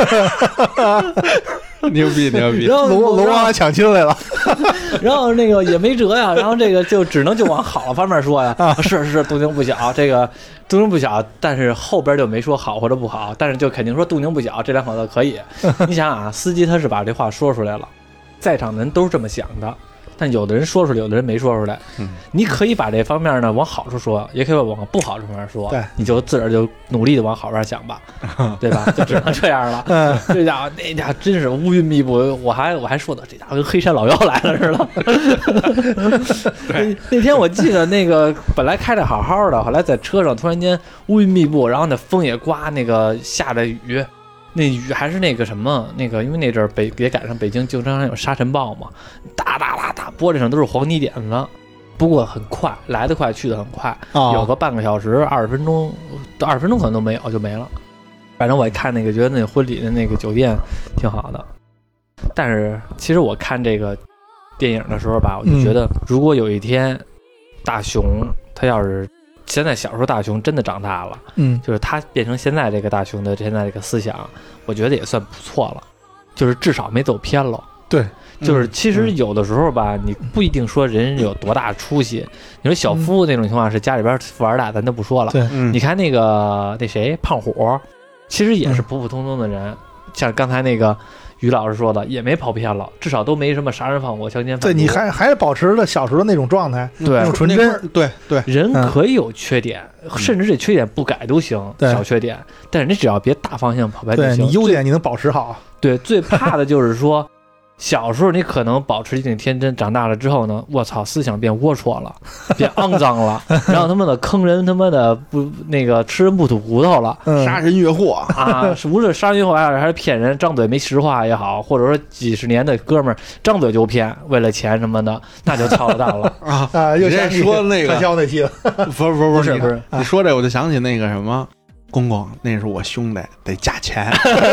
牛逼牛逼！ 然后龙龙王来抢亲来了， 然后那个也没辙呀，然后这个就只能就往好了方面说呀，啊、是是动静不小，这个动静不小，但是后边就没说好或者不好，但是就肯定说动静不小，这两口子可以。你想啊，司机他是把这话说出来了，在场的人都是这么想的。但有的人说出来，有的人没说出来。 嗯， 你可以把这方面呢往好处说，也可以往不好处方面说。 对， 你就自个儿就努力的往好边想吧，对吧？就只能这样了。 嗯， 这家伙那家伙真是乌云密布，我还我还说的这家伙跟黑山老妖来了似的。对，那天我记得那个本来开的好好的，后来在车上突然间乌云密布，然后那风也刮，那个下着雨。那雨还是那个什么，那个因为那阵儿北也赶上北京经常有沙尘暴嘛，哒哒哒哒，玻璃上都是黄泥点子。不过很快，来得快，去得很快， 哦、 有个半个小时、二十分钟，二十分钟可能都没有就没了。反正我一看那个，觉得那婚礼的那个酒店挺好的。但是其实我看这个电影的时候吧，我就觉得，如果有一天大雄他要是。现在小时候大雄真的长大了， 嗯， 就是他变成现在这个大雄的现在这个思想，我觉得也算不错了，就是至少没走偏了。 对， 就是其实有的时候吧，你不一定说人有多大出息。你说小夫那种情况是家里边富二代，咱都不说了。 对， 你看那个那谁胖虎，其实也是普普通通的人，像刚才那个。于老师说的也没跑偏了，至少都没什么杀人放火、强奸犯。 对，你还还是保持了小时候的那种状态， 对， 那种纯真。 对对， 人可以有缺点，嗯、甚至这缺点不改都行，小缺点。但是你只要别大方向跑偏就行。 对你优点你能保持好。 对，最怕的就是说。小时候你可能保持一定天真，长大了之后呢，我操，思想变龌龊了，变肮脏了，然后他妈的坑人，他妈的不那个吃人不吐骨头了， 嗯、 杀人越货啊，无论杀人越货还是还是骗人，张嘴没实话也好，或者说几十年的哥们儿张嘴就骗，为了钱什么的，那就操了蛋了啊啊！又先说那个传销那期了， 不是不是不是不是， 你说这我就想起那个什么。公公，那是我兄弟，得加钱。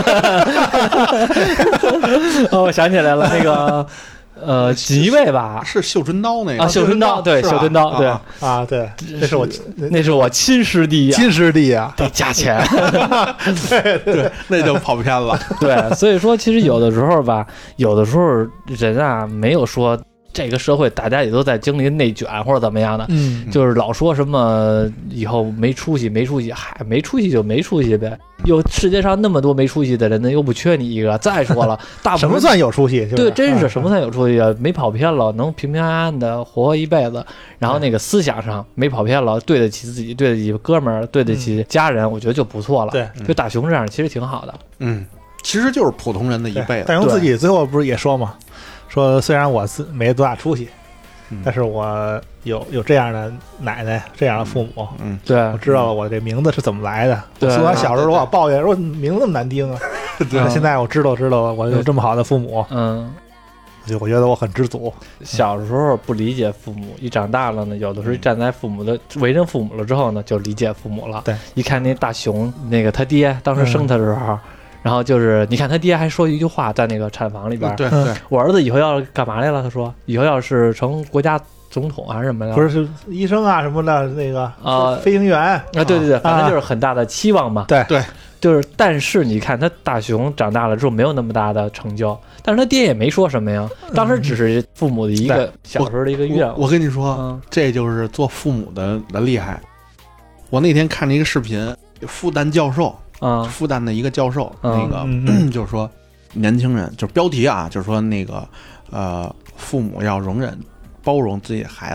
哦，我想起来了，那个呃，锦衣卫吧， 是绣春刀那个啊，绣春刀，对，绣春刀，对啊，对，那是我， 那是我亲师弟呀， 亲师弟啊， 得加钱。 对对，那就跑偏了。 对，所以说，其实有的时候吧，有的时候人啊，没有说。这个社会大家也都在经历内卷或者怎么样的， 嗯， 就是老说什么以后没出息没出息，嗨，没出息就没出息呗。有世界上那么多没出息的人呢，又不缺你一个。再说了，大部分什么算有出息？ 对，真是什么算有出息啊？没跑偏了，能平平安安的活一辈子，然后那个思想上没跑偏了，对得起自己，对得起哥们儿，对得起家人，我觉得就不错了。 对， 就大雄这样其实挺好的。 嗯，其实就是普通人的一辈子。 大雄自己最后不是也说嘛？说虽然我自没多大出息，嗯、但是我有有这样的奶奶，这样的父母， 嗯， 对， 我知道了我这名字是怎么来的。 对， 虽然小时候我老抱怨说名字那么难听啊， 对， 现在我知道知道我有这么好的父母， 嗯， 就我觉得我很知足。 小时候不理解父母，一长大了呢，有的时候站在父母的为人父母了之后呢，就理解父母了。 对， 一看那大雄，那个他爹当时生他的时候。嗯然后就是，你看他爹还说一句话，在那个产房里边， 对对， 我儿子以后要干嘛来了？他说以后要是成国家总统还是什么的， 不是是医生啊什么的，那个啊， 飞行员啊， 对对对，反正就是很大的期望嘛。 对对， 就是，但是你看他大雄长大了之后没有那么大的成就，但是他爹也没说什么呀，当时只是父母的一个小时候的一个愿望。 我跟你说， 嗯、 这就是做父母的的厉害。我那天看了一个视频，复旦教授。 啊， 复旦的一个教授， 嗯、 那个、 嗯、 就是说，年轻人就是标题啊，就是说那个呃，父母要容忍、包容自己的孩子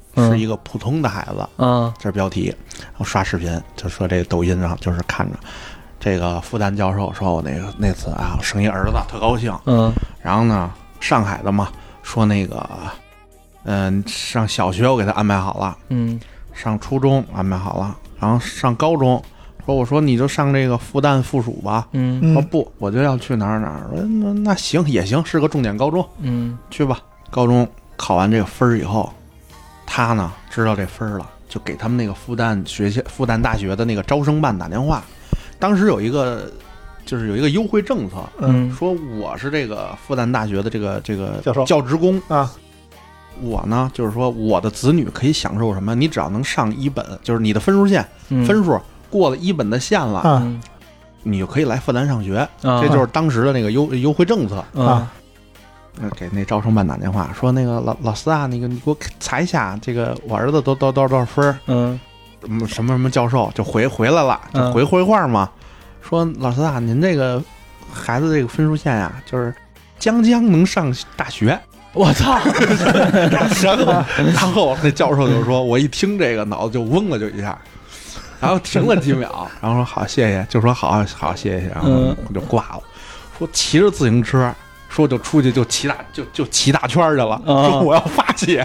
是一个普通的孩子， 嗯， 这是标题。我刷视频就说这个抖音上就是看着这个复旦教授说我那个那次啊，我生一儿子特高兴， 嗯， 然后呢，上海的嘛，说那个，嗯、呃，上小学我给他安排好了， 嗯， 上初中安排好了，然后上高中，说我说你就上这个复旦附属吧， 嗯， 说不，我就要去哪儿哪儿，说那那行也行，是个重点高中， 嗯， 去吧。高中考完这个分儿以后，他呢知道这分儿了，就给他们那个复旦学校、复旦大学的那个招生办打电话。当时有一个，就是有一个优惠政策， 嗯， 说我是这个复旦大学的这个这个教授教职工啊， 我呢就是说我的子女可以享受什么？你只要能上一本，就是你的分数线、 嗯、 分数过了一本的线了， 啊、 你就可以来复旦上学。 啊、 这就是当时的那个优优惠政策啊。 给那招生办打电话说，那个老老师啊，那个你给我查一下，这个我儿子都多多少多少分？ 嗯， 什么什么什么教授就回回来了，就回回话嘛，嗯、说老师啊，您这个孩子这个分数线呀、啊，就是将将能上大学。 我操！ 然后然后那教授就说，我一听这个脑子就嗡了就一下，然后停了几秒，然后说好谢谢，就说好好谢谢，然后我就挂了。说骑着自行车。说就出去就骑大就就骑大圈去了， 哦、 说我要发泄，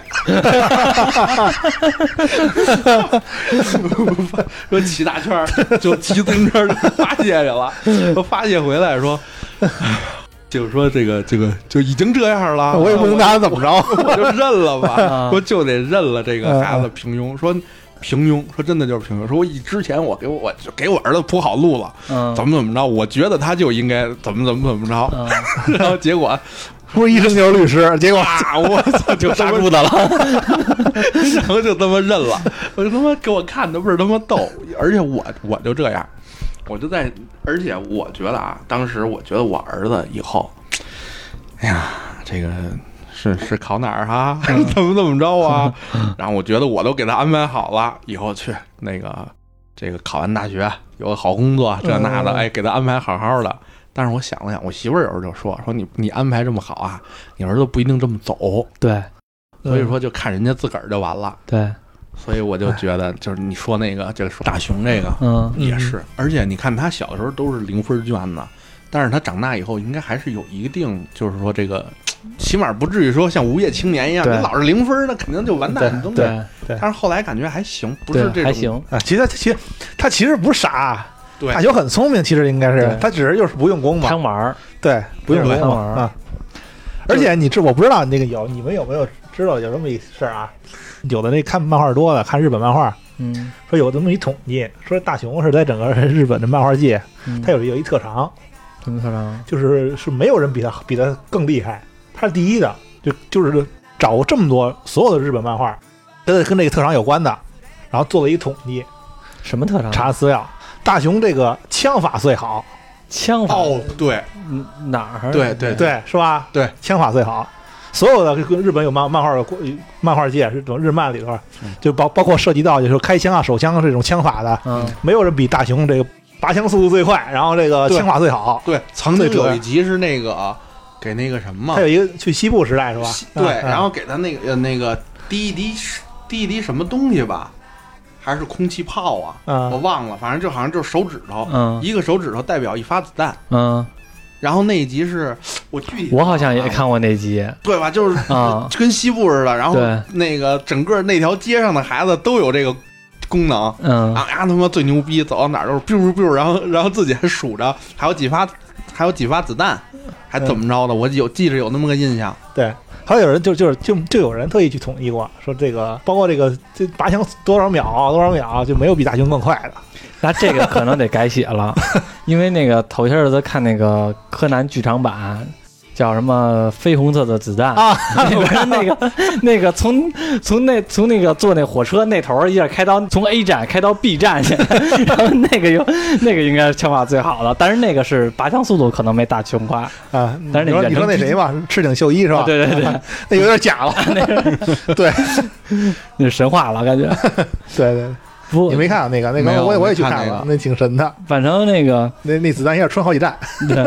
说骑大圈就骑自行车就发泄去了，说发泄回来说，就是说这个这个就已经这样了， 我也不能拿他怎么着， 我就认了吧，说就得认了这个孩子平庸，说。平庸，说真的就是平庸。说我以之前我给我我就给我儿子铺好路了， 嗯， 怎么怎么着，我觉得他就应该怎么怎么怎么着，嗯、然后结果不是医生就是律师，结果啊，我操， 就杀猪的了， 然后就他妈认了，我就他妈给我看的倍儿他妈逗，而且我我就这样，我就在，而且我觉得啊，当时我觉得我儿子以后，哎呀，这个。是是考哪儿哈？怎么怎么着啊？然后我觉得我都给他安排好了，以后去那个这个考完大学有个好工作，这那的，哎，给他安排好好的。但是我想了想，我媳妇儿有时候就说说你你安排这么好啊，你儿子不一定这么走。 对， 所以说就看人家自个儿就完了。 对， 所以我就觉得就是你说那个就是大熊这个， 嗯， 也是。而且你看他小的时候都是零分卷的，但是他长大以后应该还是有一定，就是说这个。起码不至于说像无业青年一样，你老是零分，那肯定就完蛋。 对对对。但是后来感觉还行，不是这种还行啊。其实他其实他其实不是傻， 对， 大雄很聪明，其实应该是他只是就是不用功嘛， 贪玩。 对，不用功嘛啊。而且你知我不知道那个有你们有没有知道有这么一事儿啊？有的那看漫画多的，看日本漫画， 嗯， 说有这么一统计，说大雄是在整个日本的漫画界， 嗯、 他有有一特长， 什么特长？ 就是是没有人比他比他更厉害，他是第一的。就就是找这么多所有的日本漫画，跟跟这个特长有关的，然后做了一统计。 什么特长？ 查资料，大雄这个枪法最好。 枪法哦，对， 哪儿？ 对对对，是吧？ 对， 枪法最好。所有的日本有漫漫画的漫画界，这种日漫里头，就包包括涉及到就是开枪啊、手枪这种枪法的， 嗯， 没有人比大雄这个拔枪速度最快，然后这个枪法最好。 对，曾经有一集是那个。给那个什么， 他有一个去西部时代是吧？ 对，嗯、然后给他那个呃那个滴一滴滴一滴什么东西吧，还是空气炮啊？ 嗯、 我忘了，反正就好像就是手指头， 嗯， 一个手指头代表一发子弹， 嗯。 然后那一集是我具体我好像也看过那集， 对吧？就是啊， 跟西部似的，然后那个整个那条街上的孩子都有这个。功能， 嗯啊呀，他妈最牛逼，走到哪儿都是 biu biu， 然后然后自己还数着，还有几发，还有几发子弹，还怎么着的？嗯、我有记着有那么个印象。 对，还有人就就是就就有人特意去统计过，说这个包括这个这拔枪多少秒多少秒就没有比大雄更快的。 那这个可能得改写了，因为那个头些日子看那个柯南剧场版。叫什么绯红色的子弹啊？ 里边那个那个从从那从那个坐那火车那头一下开到从 A 站开到 B 站去，然后那个有那个应该是枪法最好的，但是那个是拔枪速度可能没大雄快啊。 但是那你说你说那谁吧，赤井秀一是吧？ 啊、对对对， 那有点假了， 那是对， 那是神话了感觉。 对对。不，你没看那个那个，我也我也去看了，那挺神的。 反正那个那那子弹一下穿好几站。 对，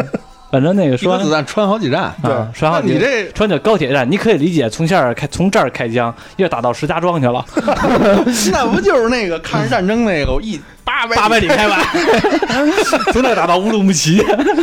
反正那个说一颗子弹穿好几站， 对，穿好几你这穿着高铁站，你可以理解从这儿开从这儿开枪，一直打到石家庄去了， 那不就是那个抗日战争那个一八百八百里开完，从那儿打到乌鲁木齐，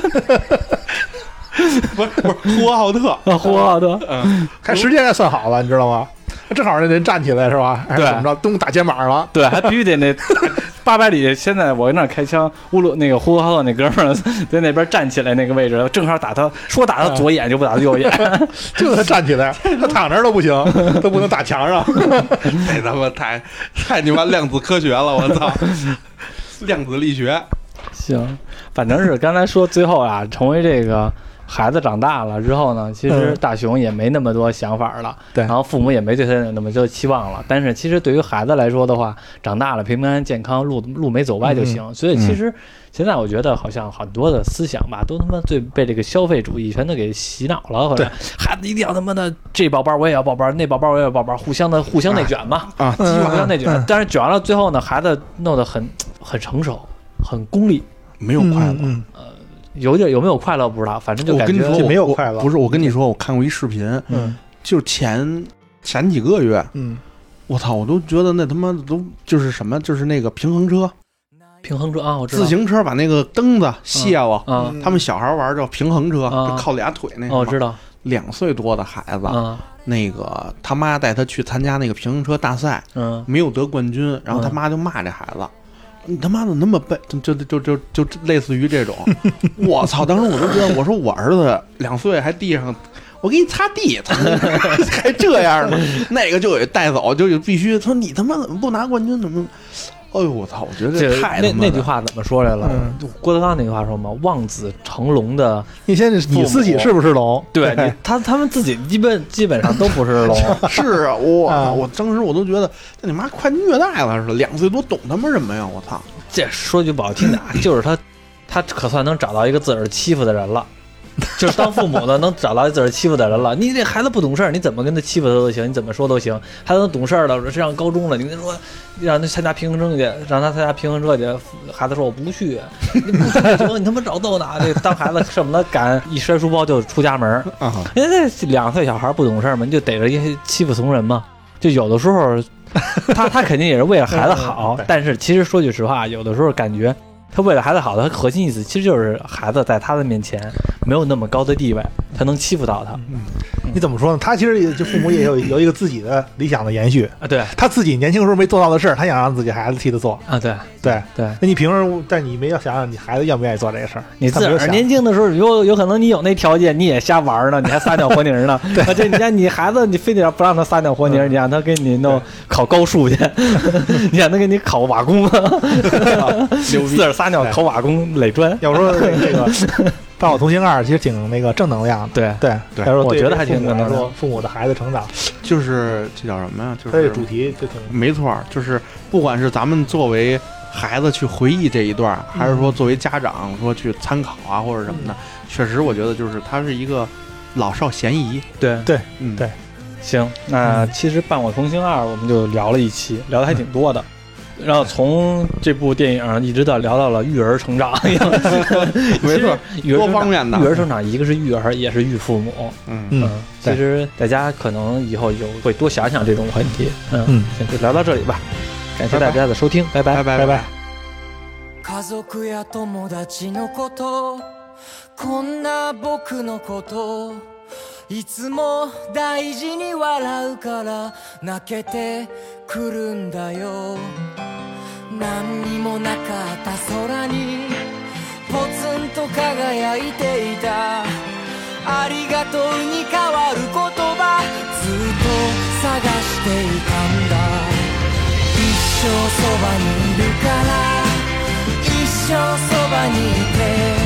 不是不是呼和浩特， 啊，呼和浩特， 嗯， 看时间也算好了，你知道吗？正好那人站起来是吧？还是对怎么着？咚打肩膀了。 对，还必须得那八百里。现在我那儿开枪，乌鲁那个呼和浩特那哥们儿在那边站起来那个位置，正好打他，说打他左眼就不打他右眼， 就他站起来，他躺那儿都不行，都不能打墙上。 太他妈太太你妈量子科学了，我操！量子力学。 行，反正是刚才说最后啊，成为这个。孩子长大了之后呢，其实大雄也没那么多想法了， 对、嗯， 然后父母也没对他有那么多期望了。但是其实对于孩子来说的话，长大了平平安安健康，路路没走歪就行。 嗯、 所以其实现在我觉得好像很多的思想吧，都他妈最被这个消费主义全都给洗脑了。好像孩子一定要他妈的这宝宝我也要宝宝，那宝宝我也要宝宝，互相的互相内卷嘛， 啊， 互相内卷。嗯、但是卷完了最后呢，孩子弄得很很成熟，很功利， 没有快乐。 嗯嗯呃。有点有没有快乐不知道，反正就感觉我跟你说没有快乐。 不是，我跟你说，我看过一视频， 嗯， 就前前几个月， 嗯， 我操，我都觉得那他妈都就是什么，就是那个平衡车， 平衡车啊，我知道， 自行车把那个蹬子卸了， 啊， 他们小孩玩叫平衡车， 啊、 就靠俩腿那个， 哦，我知道， 两岁多的孩子， 啊， 那个他妈带他去参加那个平衡车大赛， 嗯， 没有得冠军，然后他妈就骂这孩子。你他妈的那么笨，就就就就就类似于这种，我操！当时我都觉得，我说我儿子两岁还地上，我给你擦地，还这样呢，那个就给带走，就必须说你他妈怎么不拿冠军？怎么？哎呦我操！我觉得这太那那句话怎么说来了？ 嗯、 郭德纲那句话说嘛，望子成龙的， 你先你自己是不是龙？ 对，你他他们自己基本基本上都不是龙。 是啊，我、嗯、我当时我都觉得这你妈快虐待了似的，两岁多懂他妈什么呀？我操！ 这说句不好听的啊，就是他他可算能找到一个自个儿欺负的人了。就是当父母的能找到自个儿欺负的人了，你这孩子不懂事儿，你怎么跟他欺负他都行，你怎么说都行。孩子懂事儿了，上高中了，你跟他说让他参加平衡车去，让他参加平衡车去，孩子说我不去，你不去行，你他妈找揍呢！这当孩子什么的敢一摔书包就出家门啊！因为这两岁小孩不懂事儿嘛，你就逮着一些欺负怂人嘛。就有的时候，他他肯定也是为了孩子好，但是其实说句实话，有的时候感觉。他为了孩子好，他核心意思其实就是孩子在他的面前没有那么高的地位，他能欺负到他。 嗯，你怎么说呢？他其实也就父母也有有一个自己的理想的延续啊，对他自己年轻时候没做到的事儿，他想让自己孩子替他做啊，对对对。 那你平时，但你没要想想你孩子愿不愿意做这个事儿？ 你自个儿年轻的时候，有有可能你有那条件，你也瞎玩呢，你还撒尿和泥呢。对，这你看你孩子，你非得不让他撒尿和泥，你让他给你弄考高数去，你让他给你考瓦工，自个儿撒尿考瓦工。垒砖， 要说这个《伴我同行二》其实挺那个正能量的， 对对对， 说我觉得还挺正能量。 父母的孩子成长， 就是这叫什么呀？就是它这主题就挺没错，就是不管是咱们作为孩子去回忆这一段， 嗯、 还是说作为家长说去参考啊或者什么的，嗯、确实我觉得就是它是一个老少咸宜。 对对， 嗯对。行，那其实《伴我同行二》我们就聊了一期，聊的还挺多的。嗯然后从这部电影一直到聊到了育儿成长， 没错，多方面的育儿成长，一个是育儿，也是育父母。 嗯嗯，其实大家可能以后有会多想想这种问题。嗯嗯，行，就聊到这里吧，感谢大家的收听，拜拜拜拜拜拜。 家族や友達のこと、こんな僕のこと、いつも大事に笑うから泣けてくるんだよ。何にもなかった空にポツンと輝いていたありがとうに変わる言葉、ずっと探していたんだ。一生そばにいるから、一生そばにいて